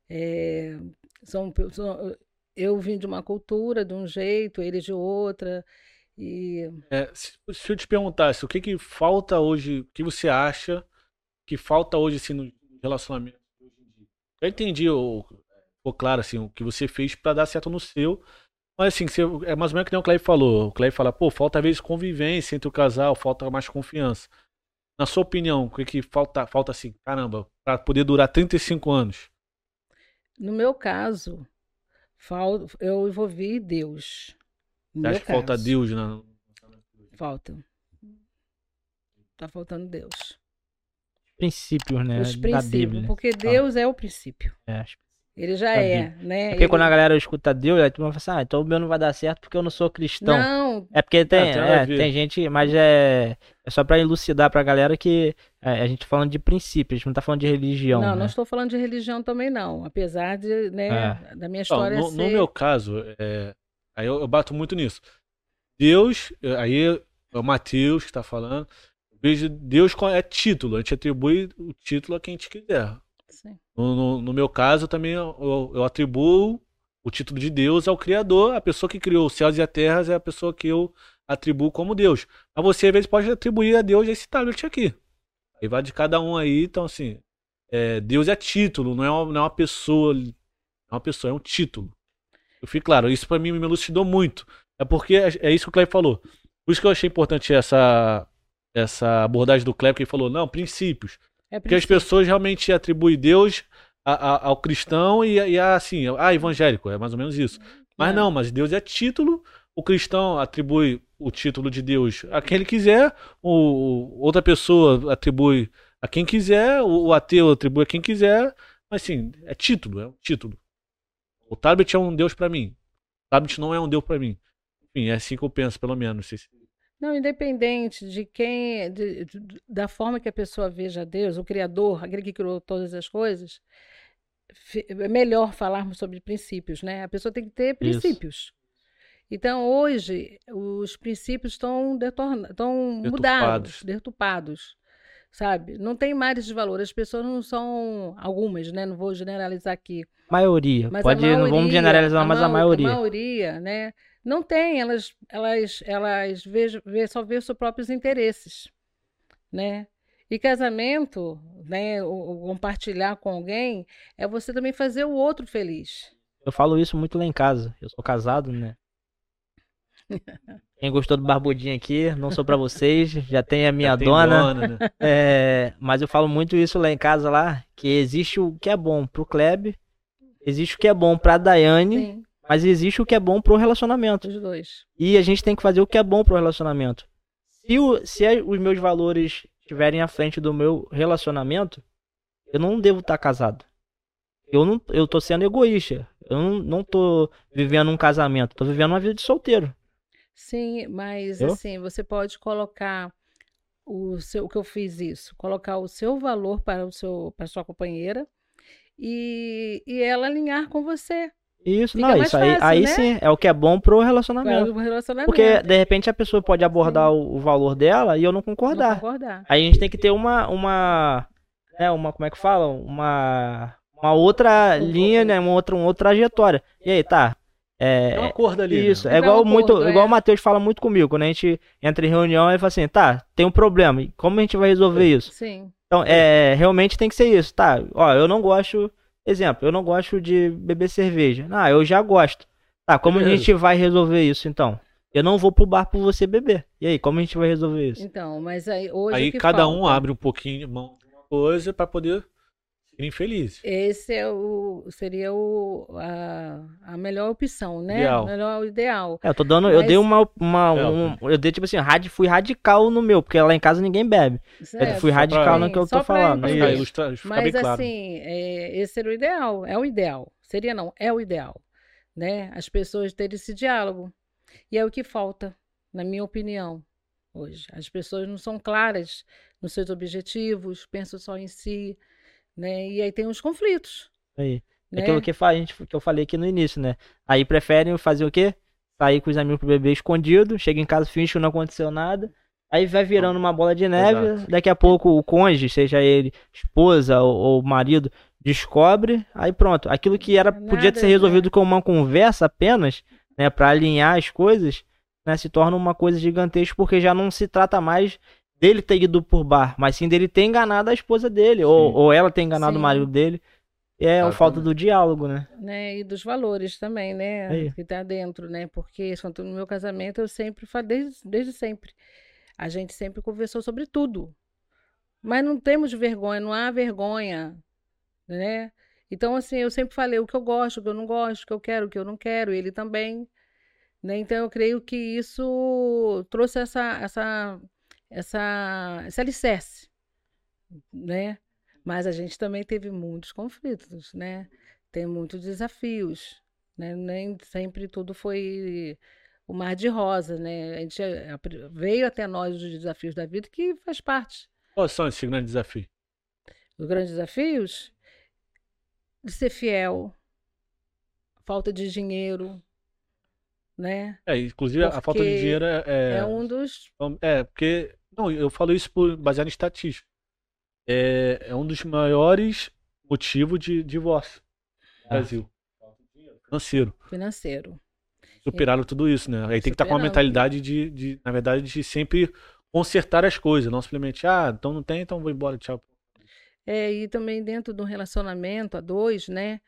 Eu vim de uma cultura de um jeito, ele de outra. Se eu te perguntasse o que falta hoje, o que você acha que falta hoje assim, no relacionamento hoje em dia? Eu entendi, ficou claro assim, o que você fez para dar certo no seu, mas assim, é mais ou menos que nem o Cleber falou. O Cleber fala, pô, falta às vezes convivência entre o casal, falta mais confiança. Na sua opinião, o que falta assim, caramba, para poder durar 35 anos? No meu caso, eu envolvi Deus. Você acha que falta Deus, né? Falta. Tá faltando Deus. Princípios, né? Os princípios, da Bíblia. Porque Deus é o princípio. Ele já é, né? Porque quando a galera escuta Deus, aí todo mundo fala assim, então o meu não vai dar certo porque eu não sou cristão. Não. É porque tem gente, mas é só pra elucidar pra galera que a gente tá falando de princípios, a gente não tá falando de religião. Não, né? Não estou falando de religião também não, apesar de, né, da minha história no meu caso, aí eu bato muito nisso. Deus, aí é o Mateus que tá falando, vejo Deus é título, a gente atribui o título a quem a gente quiser. Sim. No meu caso, também eu atribuo o título de Deus ao Criador. A pessoa que criou os céus e a terra é a pessoa que eu atribuo como Deus. Mas você, às vezes, pode atribuir a Deus esse tablet aqui. Aí vai de cada um aí. Então, assim, Deus é título, não é uma pessoa. É uma pessoa, é um título. Eu fico claro, isso pra mim me elucidou muito. É porque é isso que o Cleber falou. Por isso que eu achei importante essa abordagem do Cleber, que ele falou, não, princípios. Porque as pessoas realmente atribuem Deus ao cristão e assim, evangélico, é mais ou menos isso. Mas não, mas Deus é título, o cristão atribui o título de Deus a quem ele quiser, outra pessoa atribui a quem quiser, o ateu atribui a quem quiser, mas assim, é um título. O tablet é um Deus pra mim, o tablet não é um Deus pra mim. Enfim, é assim que eu penso, pelo menos, não sei se... Não, independente de quem, da forma que a pessoa veja Deus, o Criador, aquele que criou todas as coisas, é melhor falarmos sobre princípios, né? A pessoa tem que ter princípios. Isso. Então, hoje, os princípios estão mudados, deturpados, sabe? Não tem mais de valor. As pessoas não são algumas, né? Não vou generalizar aqui. Maioria. Mas não vamos generalizar, mas a maioria. A maioria, né? Não tem, elas só vê os seus próprios interesses, né? E casamento, né, o compartilhar com alguém, é você também fazer o outro feliz. Eu falo isso muito lá em casa. Eu sou casado, né? Quem gostou do barbudinho aqui, não sou pra vocês, já tem a minha dona. Né? Mas eu falo muito isso lá em casa, lá, que existe o que é bom pro Kleber, existe o que é bom pra Daiane. Sim. Mas existe o que é bom pro relacionamento. Os dois. E a gente tem que fazer o que é bom pro relacionamento. Se os meus valores estiverem à frente do meu relacionamento, eu não devo estar casado. Eu tô sendo egoísta. Eu não tô vivendo um casamento. Tô vivendo uma vida de solteiro. Sim, mas assim, você pode colocar o que eu fiz isso. Colocar o seu valor para a sua companheira e ela alinhar com você. Isso, fica isso aí né? Sim, é o que é bom pro relacionamento. Porque, de repente, a pessoa pode abordar o valor dela e eu não concordar. Aí a gente tem que ter uma como é que fala? Uma outra linha, né? Uma outra trajetória. E aí, tá. É um acordo ali. Isso, né? Igual o Mateus fala muito comigo. Quando a gente entra em reunião, ele fala assim, tá, tem um problema. E como a gente vai resolver isso? Sim. Então, realmente tem que ser isso, tá? Ó, eu não gosto... Exemplo, eu não gosto de beber cerveja. Eu já gosto. Tá, como a gente vai resolver isso, então? Eu não vou pro bar por você beber. E aí, como a gente vai resolver isso? Então, mas aí hoje aí cada um abre um pouquinho de mão de uma coisa pra poder Infeliz. Esse seria a melhor opção, né? Ideal. O ideal. Eu tô dando, eu dei eu dei tipo assim, fui radical no meu, porque lá em casa ninguém bebe. Eu fui radical no que eu tô falando. Mas assim, esse seria o ideal, é o ideal. Seria não, é o ideal, né? As pessoas terem esse diálogo. E é o que falta, na minha opinião, hoje. As pessoas não são claras nos seus objetivos, pensam só em si, né? E aí tem os conflitos. Aí. Né? Aquilo que eu falei aqui no início, né? Aí preferem fazer o quê? Sair com os amigos pro bebê escondido, chega em casa, finge que não aconteceu nada, aí vai virando uma bola de neve, exato. Daqui a pouco o cônjuge, seja ele esposa ou marido, descobre, aí pronto. Aquilo que podia ser resolvido com uma conversa apenas, né, para alinhar as coisas, né, se torna uma coisa gigantesca, porque já não se trata mais dele ter ido por bar, mas sim dele ter enganado a esposa dele, ou ela ter enganado o marido dele. É a falta do diálogo, né? E dos valores também, né? Aí. Que tá dentro, né? Porque no meu casamento eu sempre falei, desde sempre, a gente sempre conversou sobre tudo. Mas não temos vergonha, não há vergonha, né? Então, assim, eu sempre falei o que eu gosto, o que eu não gosto, o que eu quero, o que eu não quero, ele também, né? Então, eu creio que isso trouxe esse alicerce, né? Mas a gente também teve muitos conflitos, né? Tem muitos desafios, né? Nem sempre tudo foi o mar de rosa, né? A gente veio até nós os desafios da vida, que faz parte. Quais são esses grandes desafios? Os grandes desafios? De ser fiel, falta de dinheiro, né? Inclusive porque a falta de dinheiro é um dos... porque... Não, eu falo isso baseado em estatística. É um dos maiores motivos de divórcio no Brasil. Financeiro. Superaram tudo isso, né? Aí tem que estar com a mentalidade na verdade, de sempre consertar as coisas, não simplesmente, então não tem, então vou embora, tchau. E também dentro de um relacionamento a dois, né?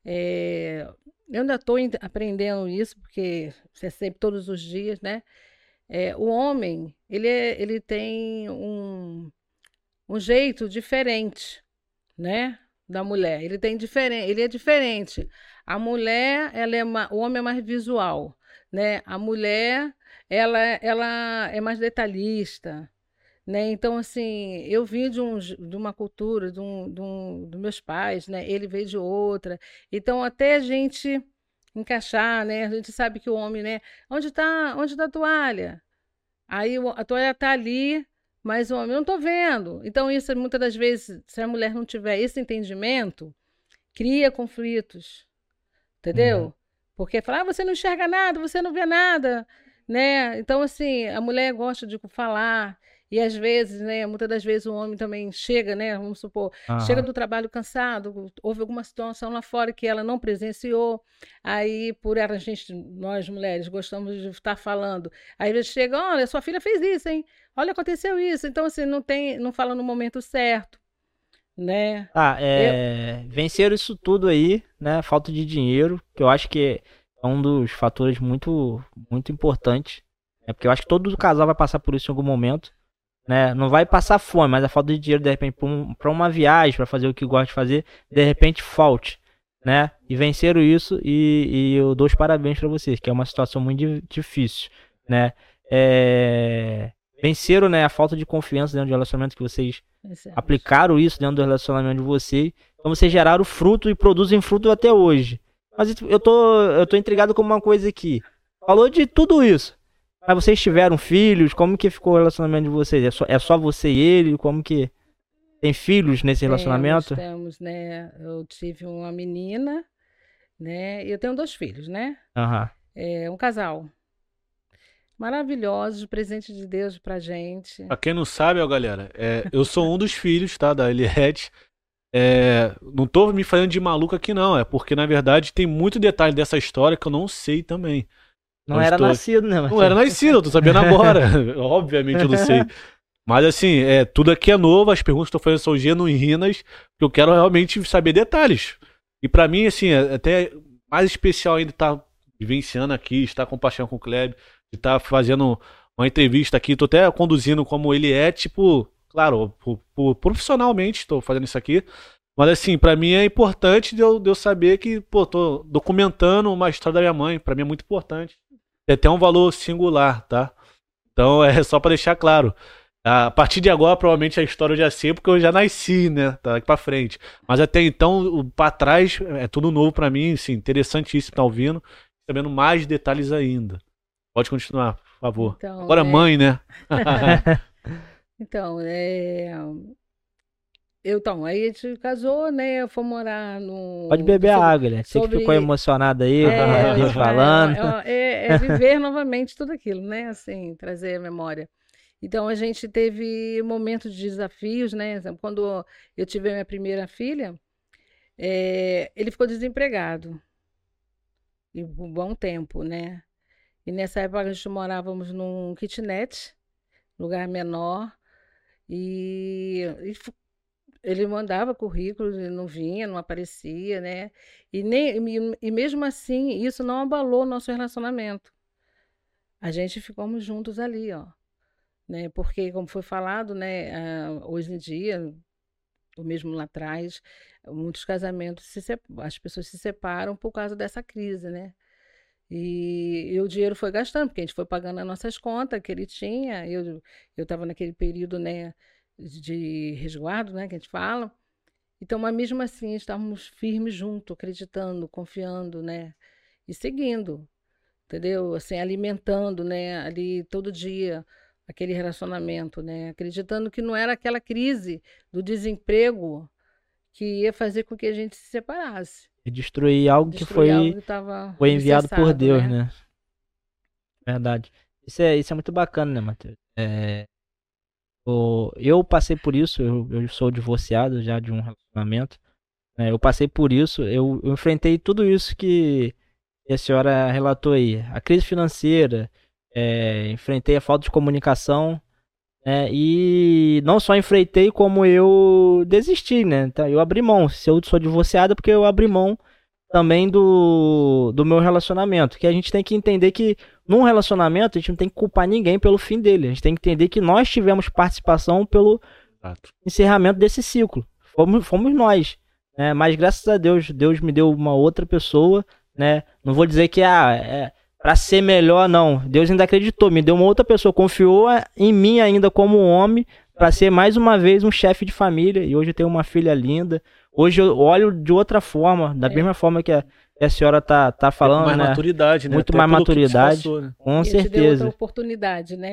Eu ainda estou aprendendo isso, porque é sempre todos os dias, né? O homem, ele tem um jeito diferente, né, da mulher. Ele é diferente. A mulher, o homem é mais visual, né? A mulher, ela é mais detalhista, né? Então, assim, eu vim de uma cultura dos meus pais, né? Ele veio de outra. Então, até a gente encaixar, né? A gente sabe que o homem, né? Onde está a toalha? Aí a toalha está ali, mas o homem, eu não estou vendo. Então, isso, muitas das vezes, se a mulher não tiver esse entendimento, cria conflitos. Entendeu? Porque fala, você não enxerga nada, você não vê nada, né? Então, assim, a mulher gosta de falar. E, às vezes, né, muitas das vezes o homem também chega, né? Vamos supor, chega do trabalho cansado, houve alguma situação lá fora que ela não presenciou. Aí, nós mulheres, gostamos de estar falando. Aí eles chegam, olha, sua filha fez isso, hein? Olha, aconteceu isso. Então, assim, não fala no momento certo, né? Venceram isso tudo aí, né? Falta de dinheiro, que eu acho que é um dos fatores muito, muito importantes. Porque eu acho que todo casal vai passar por isso em algum momento. Né? Não vai passar fome, mas a falta de dinheiro, de repente, para uma viagem, para fazer o que gosta de fazer, de repente falte, né? E venceram isso e eu dou os parabéns para vocês, que é uma situação muito difícil, né? Venceram, né, a falta de confiança dentro do relacionamento, que vocês aplicaram isso dentro do relacionamento de vocês, então vocês geraram fruto e produzem fruto até hoje. Mas eu tô intrigado com uma coisa aqui. Falou de tudo isso. Mas vocês tiveram filhos? Como que ficou o relacionamento de vocês? É só você e ele? Como que... Tem filhos nesse relacionamento? Temos, né? Eu tive uma menina, né? E eu tenho 2 filhos, né? Um casal. Maravilhosos, presente de Deus pra gente. Pra quem não sabe, galera, eu sou um dos filhos, tá? Da Eliette. Não tô me fazendo de maluco aqui, não. É porque, na verdade, tem muito detalhe dessa história que eu não sei também. Não era nascido, né? Não era nascido, eu tô sabendo agora. Obviamente eu não sei. Mas assim, tudo aqui é novo, as perguntas que eu tô fazendo são genuínas, porque eu quero realmente saber detalhes. E pra mim, assim, é até mais especial ainda estar vivenciando aqui, estar compartilhando com o Kleber, de estar fazendo uma entrevista aqui, tô até conduzindo como ele é, tipo, claro, profissionalmente estou fazendo isso aqui, Mas assim, pra mim é importante de eu saber que, pô, tô documentando uma história da minha mãe. Pra mim é muito importante. Tem até um valor singular, tá? Então é só pra deixar claro. A partir de agora, provavelmente a história eu já sei, porque eu já nasci, né? Tá aqui pra frente. Mas até então, pra trás, é tudo novo pra mim, assim, interessantíssimo tá ouvindo. Sabendo mais detalhes ainda. Pode continuar, por favor. Então, Agora mãe, né? Então, Então, aí a gente casou, né? Eu fui morar no... Pode beber a água, né? Você que ficou emocionada aí, falando. Viver novamente tudo aquilo, né? Assim, trazer a memória. Então, a gente teve momentos de desafios, né? Quando eu tive a minha primeira filha, ele ficou desempregado. E por um bom tempo, né? E nessa época a gente morávamos num kitnet, lugar menor, e ele mandava currículo, ele não vinha, não aparecia, né? E mesmo assim, isso não abalou o nosso relacionamento. A gente ficamos juntos ali, ó. Né? Porque, como foi falado, né, hoje em dia, ou mesmo lá atrás, muitos casamentos, as pessoas se separam por causa dessa crise, né? E o dinheiro foi gastando, porque a gente foi pagando as nossas contas que ele tinha. Eu estava naquele período, né, de resguardo, né, que a gente fala. Então, mas mesmo assim, estávamos firmes juntos, acreditando, confiando, né, e seguindo, entendeu? Assim, alimentando, né, ali todo dia aquele relacionamento, né, acreditando que não era aquela crise do desemprego que ia fazer com que a gente se separasse. E destruir algo que foi enviado por Deus, né? Verdade. Isso é muito bacana, né, Matheus? Eu passei por isso, eu sou divorciado já de um relacionamento. Eu passei por isso, eu enfrentei tudo isso que a senhora relatou aí. A crise financeira, enfrentei a falta de comunicação, e não só enfrentei, como eu desisti, né? Então, eu abri mão. Se eu sou divorciado, é porque eu abri mão também do meu relacionamento. Que a gente tem que entender que num relacionamento a gente não tem que culpar ninguém pelo fim dele. A gente tem que entender que nós tivemos participação pelo encerramento desse ciclo. Fomos nós, né? Mas graças a Deus, Deus me deu uma outra pessoa, né? Não vou dizer que para ser melhor, não. Deus ainda acreditou, me deu uma outra pessoa, confiou em mim ainda como homem, para ser mais uma vez um chefe de família. E hoje eu tenho uma filha linda. Hoje eu olho de outra forma, da mesma forma que a senhora tá falando, muito mais maturidade, né? Muito mais maturidade, passou, né? Com certeza. Deu outra oportunidade, né?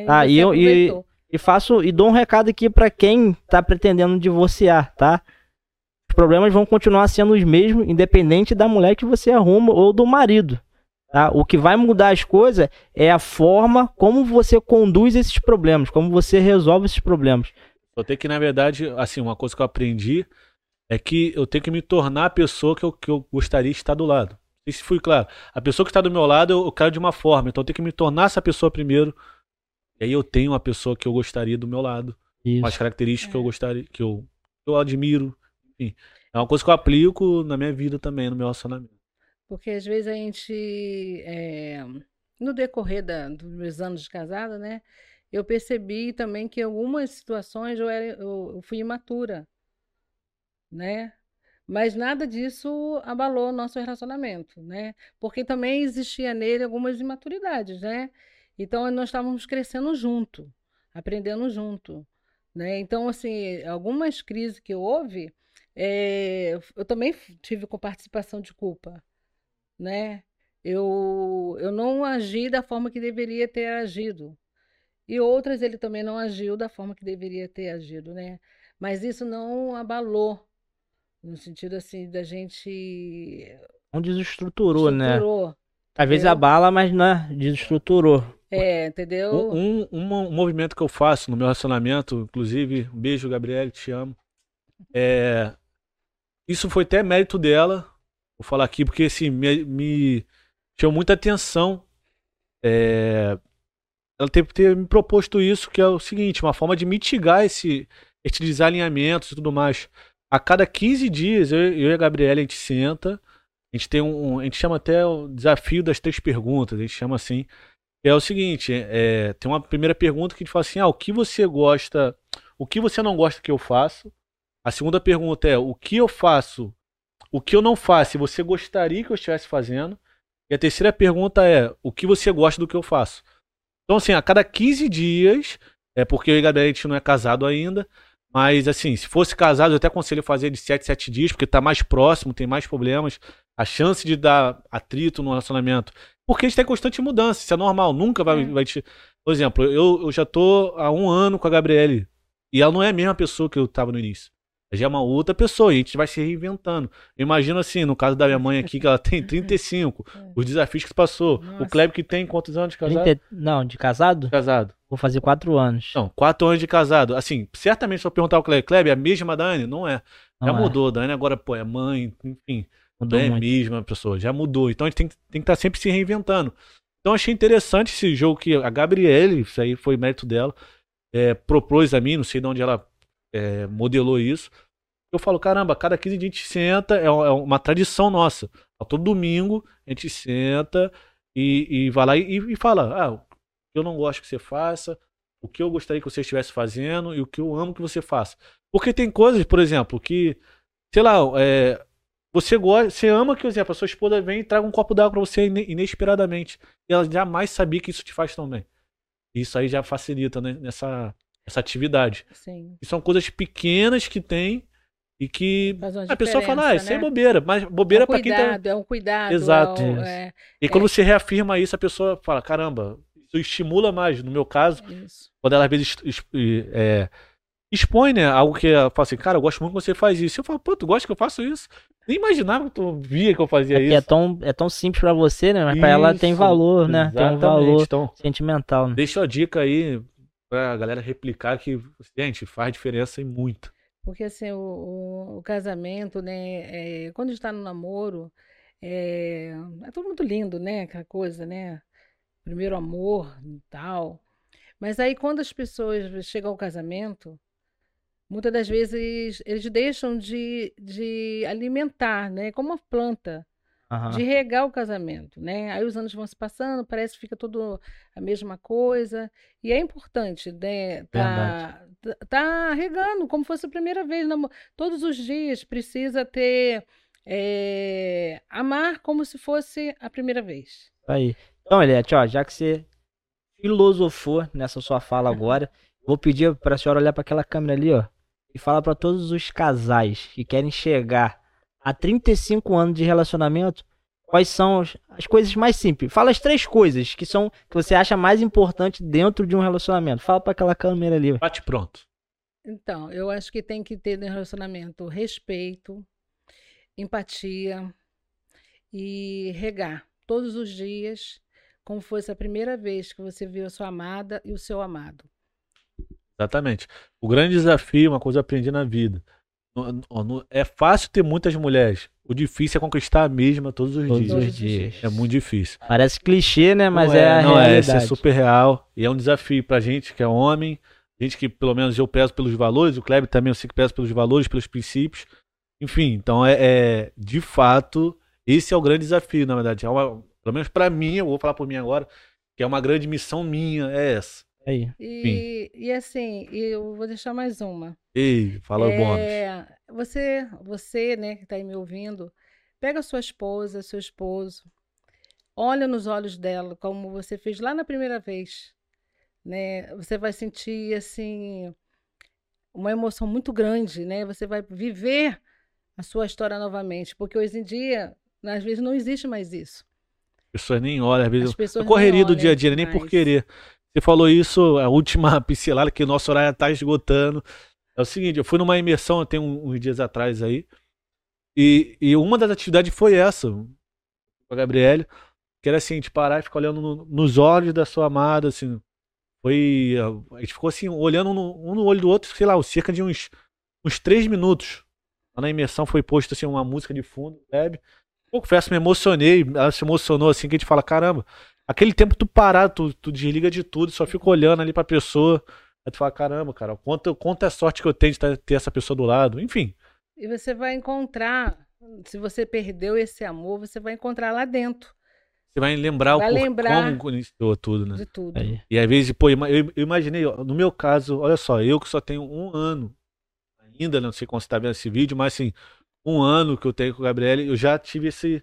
E dou um recado aqui para quem tá pretendendo divorciar, tá? Os problemas vão continuar sendo os mesmos, independente da mulher que você arruma ou do marido. Tá? O que vai mudar as coisas é a forma como você conduz esses problemas, como você resolve esses problemas. Eu tenho que, na verdade, assim, uma coisa que eu aprendi é que eu tenho que me tornar a pessoa que eu gostaria de estar do lado. Não sei se fui claro. A pessoa que está do meu lado, eu quero de uma forma. Então eu tenho que me tornar essa pessoa primeiro. E aí eu tenho uma pessoa que eu gostaria do meu lado. Isso. Com as características que eu gostaria, que eu admiro. Enfim, é uma coisa que eu aplico na minha vida também, no meu relacionamento. Porque às vezes a gente, no decorrer dos meus anos de casada, né, eu percebi também que em algumas situações eu fui imatura, né? Mas nada disso abalou o nosso relacionamento, né? Porque também existia nele algumas imaturidades, né? Então nós estávamos crescendo junto, aprendendo junto, né? Então, assim, algumas crises que houve, eu também tive com participação de culpa, né? Eu não agi da forma que deveria ter agido. E outras ele também não agiu da forma que deveria ter agido, né? Mas isso não abalou, no sentido assim, da gente... Não desestruturou, né? Às vezes abala, mas não desestruturou. Entendeu? Um movimento que eu faço no meu relacionamento, inclusive, um beijo, Gabriele, te amo. Isso foi até mérito dela. Vou falar aqui porque assim, me chamou muita atenção. Ela ter me proposto isso, que é o seguinte, uma forma de mitigar esses desalinhamentos e tudo mais. A cada 15 dias, eu e a Gabriela, a gente senta, a gente tem a gente chama até o desafio das 3 perguntas, a gente chama assim, que é o seguinte, tem uma primeira pergunta que a gente fala assim, o que você gosta, o que você não gosta que eu faço? A segunda pergunta é: o que eu faço? O que eu não faço e você gostaria que eu estivesse fazendo? E a terceira pergunta é: o que você gosta do que eu faço? Então, assim, a cada 15 dias, porque eu e a Gabriela, a gente não é casado ainda, mas, assim, se fosse casado, eu até aconselho fazer de 7 dias, porque tá mais próximo, tem mais problemas, a chance de dar atrito no relacionamento. Porque a gente tá em constante mudança, isso é normal, nunca vai te... Por exemplo, eu já tô há 1 ano com a Gabriele, e ela não é a mesma pessoa que eu tava no início. Ela já é uma outra pessoa, e a gente vai se reinventando. Eu imagino assim, no caso da minha mãe aqui, que ela tem 35, os desafios que se passou. Nossa. O Kleber que tem quantos anos de casado? Não, de casado? Casado. Vou fazer 4 anos. Não, 4 anos de casado. Assim, certamente se eu perguntar ao Kleber, é a mesma da Dani? Não é. Já mudou. Da Dani agora, pô, é mãe, enfim. Mudou, não é a mesma pessoa, já mudou. Então a gente tem que estar sempre se reinventando. Então achei interessante esse jogo que a Gabriele, isso aí foi mérito dela, propôs a mim, não sei de onde ela modelou isso. Eu falo, caramba, cada 15 dias a gente senta, é uma tradição nossa. Todo domingo a gente senta e vai lá e fala, o que eu não gosto que você faça, o que eu gostaria que você estivesse fazendo e o que eu amo que você faça. Porque tem coisas, por exemplo, que, sei lá, você ama que, por exemplo, a sua esposa vem e traga um copo d'água pra você inesperadamente. E ela jamais sabia que isso te faz tão bem. Isso aí já facilita, né, essa atividade. Sim. E são coisas pequenas que tem e que a pessoa fala, isso é bobeira. Mas bobeira pra quem tá... É um cuidado. Exato. E quando você reafirma isso, a pessoa fala, caramba, isso estimula mais. No meu caso, quando ela às vezes expõe, né, algo que ela fala assim, cara, eu gosto muito que você faz isso. Eu falo, pô, tu gosta que eu faço isso? Nem imaginava que tu via que eu fazia isso. É tão simples pra você, né? Mas pra ela tem valor, né? Tem um valor então, sentimental. Né? Deixa a dica aí pra galera replicar que, gente, faz diferença e muito. Porque, assim, o casamento, né? Quando a gente tá no namoro, é tudo muito lindo, né? Aquela coisa, né? Primeiro amor e tal. Mas aí, quando as pessoas chegam ao casamento, muitas das vezes eles deixam de alimentar, né? Como uma planta, de regar o casamento, né? Aí os anos vão se passando, parece que fica tudo a mesma coisa. E é importante, né? Tá regando como fosse a primeira vez. Todos os dias precisa ter... amar como se fosse a primeira vez. Aí. Então, Eliette, já que você filosofou nessa sua fala agora, vou pedir para a senhora olhar para aquela câmera ali, ó, e falar para todos os casais que querem chegar a 35 anos de relacionamento, quais são as coisas mais simples. Fala as 3 coisas que você acha mais importante dentro de um relacionamento. Fala para aquela câmera ali. Bate pronto. Então, eu acho que tem que ter no relacionamento respeito, empatia e regar todos os dias como fosse a primeira vez que você viu a sua amada e o seu amado. Exatamente. O grande desafio, uma coisa que eu aprendi na vida, é fácil ter muitas mulheres. O difícil é conquistar a mesma todos os dias. É muito difícil. Parece clichê, né? Mas a realidade. Isso é super real. E é um desafio pra gente que é homem, gente que pelo menos eu prezo pelos valores, o Kleber também eu sei que preza pelos valores, pelos princípios. Enfim, então de fato, esse é o grande desafio, na verdade. Pelo menos pra mim, eu vou falar por mim agora, que é uma grande missão minha, é essa. Aí. E assim, eu vou deixar mais uma. Fala o bônus. Você, né, que está aí me ouvindo, pega a sua esposa, seu esposo, olha nos olhos dela, como você fez lá na primeira vez, né? Você vai sentir, assim, uma emoção muito grande, né? Você vai viver a sua história novamente, porque hoje em dia, às vezes, não existe mais isso. As pessoas nem olham, às vezes, a correria do dia a dia, nem por querer. Você falou isso, a última pincelada, que o nosso horário está esgotando. É o seguinte, eu fui numa imersão, tem uns dias atrás aí, e uma das atividades foi essa, com a Gabriele, que era assim, de parar e ficar olhando nos olhos da sua amada, assim. A gente ficou assim, olhando um no olho do outro, sei lá, cerca de uns 3 minutos. Lá na imersão foi posto assim, uma música de fundo, Kleber. Eu confesso, me emocionei, ela se emocionou assim, que a gente fala, caramba, aquele tempo tu parar, tu desliga de tudo, só fica olhando ali pra pessoa, aí tu fala, caramba, cara, quanto é sorte que eu tenho de ter essa pessoa do lado, enfim. E você vai encontrar, se você perdeu esse amor, você vai encontrar lá dentro. Você vai lembrar como iniciou tudo, né? De tudo. E às vezes, pô, eu imaginei, no meu caso, olha só, eu que só tenho 1 ano ainda, não sei quando você tá vendo esse vídeo, mas assim, 1 ano que eu tenho com o Gabriele, eu já tive esse,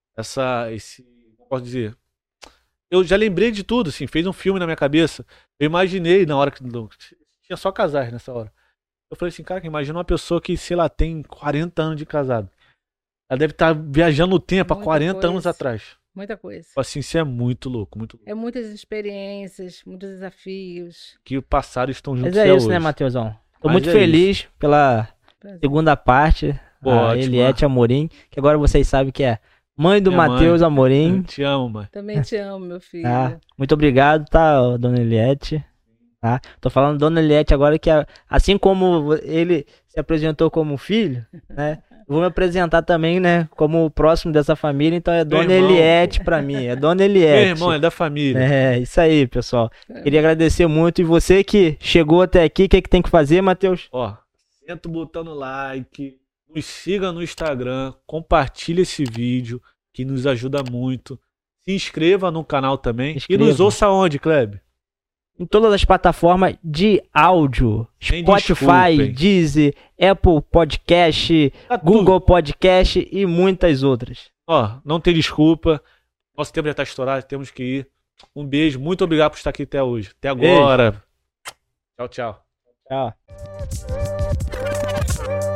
posso dizer, eu já lembrei de tudo, assim, fez um filme na minha cabeça. Eu imaginei na hora que tinha só casais nessa hora. Eu falei assim, cara, imagina uma pessoa que, sei lá, tem 40 anos de casado. Ela deve estar viajando no tempo há 40 anos atrás. Muita coisa. Assim, isso é muito louco, muito louco. É muitas experiências, muitos desafios. Que passaram e estão juntos até hoje. Mas é isso, né, Matheusão? Tô muito feliz pela segunda parte, a Eliette Amorim, que agora vocês sabem que é mãe do Matheus Amorim. Te amo, mãe. Também te amo, meu filho. Tá? Muito obrigado, tá, dona Eliette. Tá? Tô falando dona Eliette agora, que assim como ele se apresentou como filho, né? Vou me apresentar também, né, como o próximo dessa família, então é dona Eliette pra mim, é dona Eliette. Meu irmão, é da família. É, isso aí, pessoal. Queria agradecer muito, e você que chegou até aqui, o que tem que fazer, Matheus? Ó, senta o botão no like, nos siga no Instagram, compartilha esse vídeo, que nos ajuda muito. Se inscreva no canal também. E nos ouça onde, Kleber? Em todas as plataformas de áudio. Spotify, Deezer, Apple Podcast, Google Podcast e muitas outras. Ó, não tem desculpa. Nosso tempo já tá estourado, temos que ir. Um beijo, muito obrigado por estar aqui até hoje. Até agora. Beijo. Tchau, tchau. Tchau.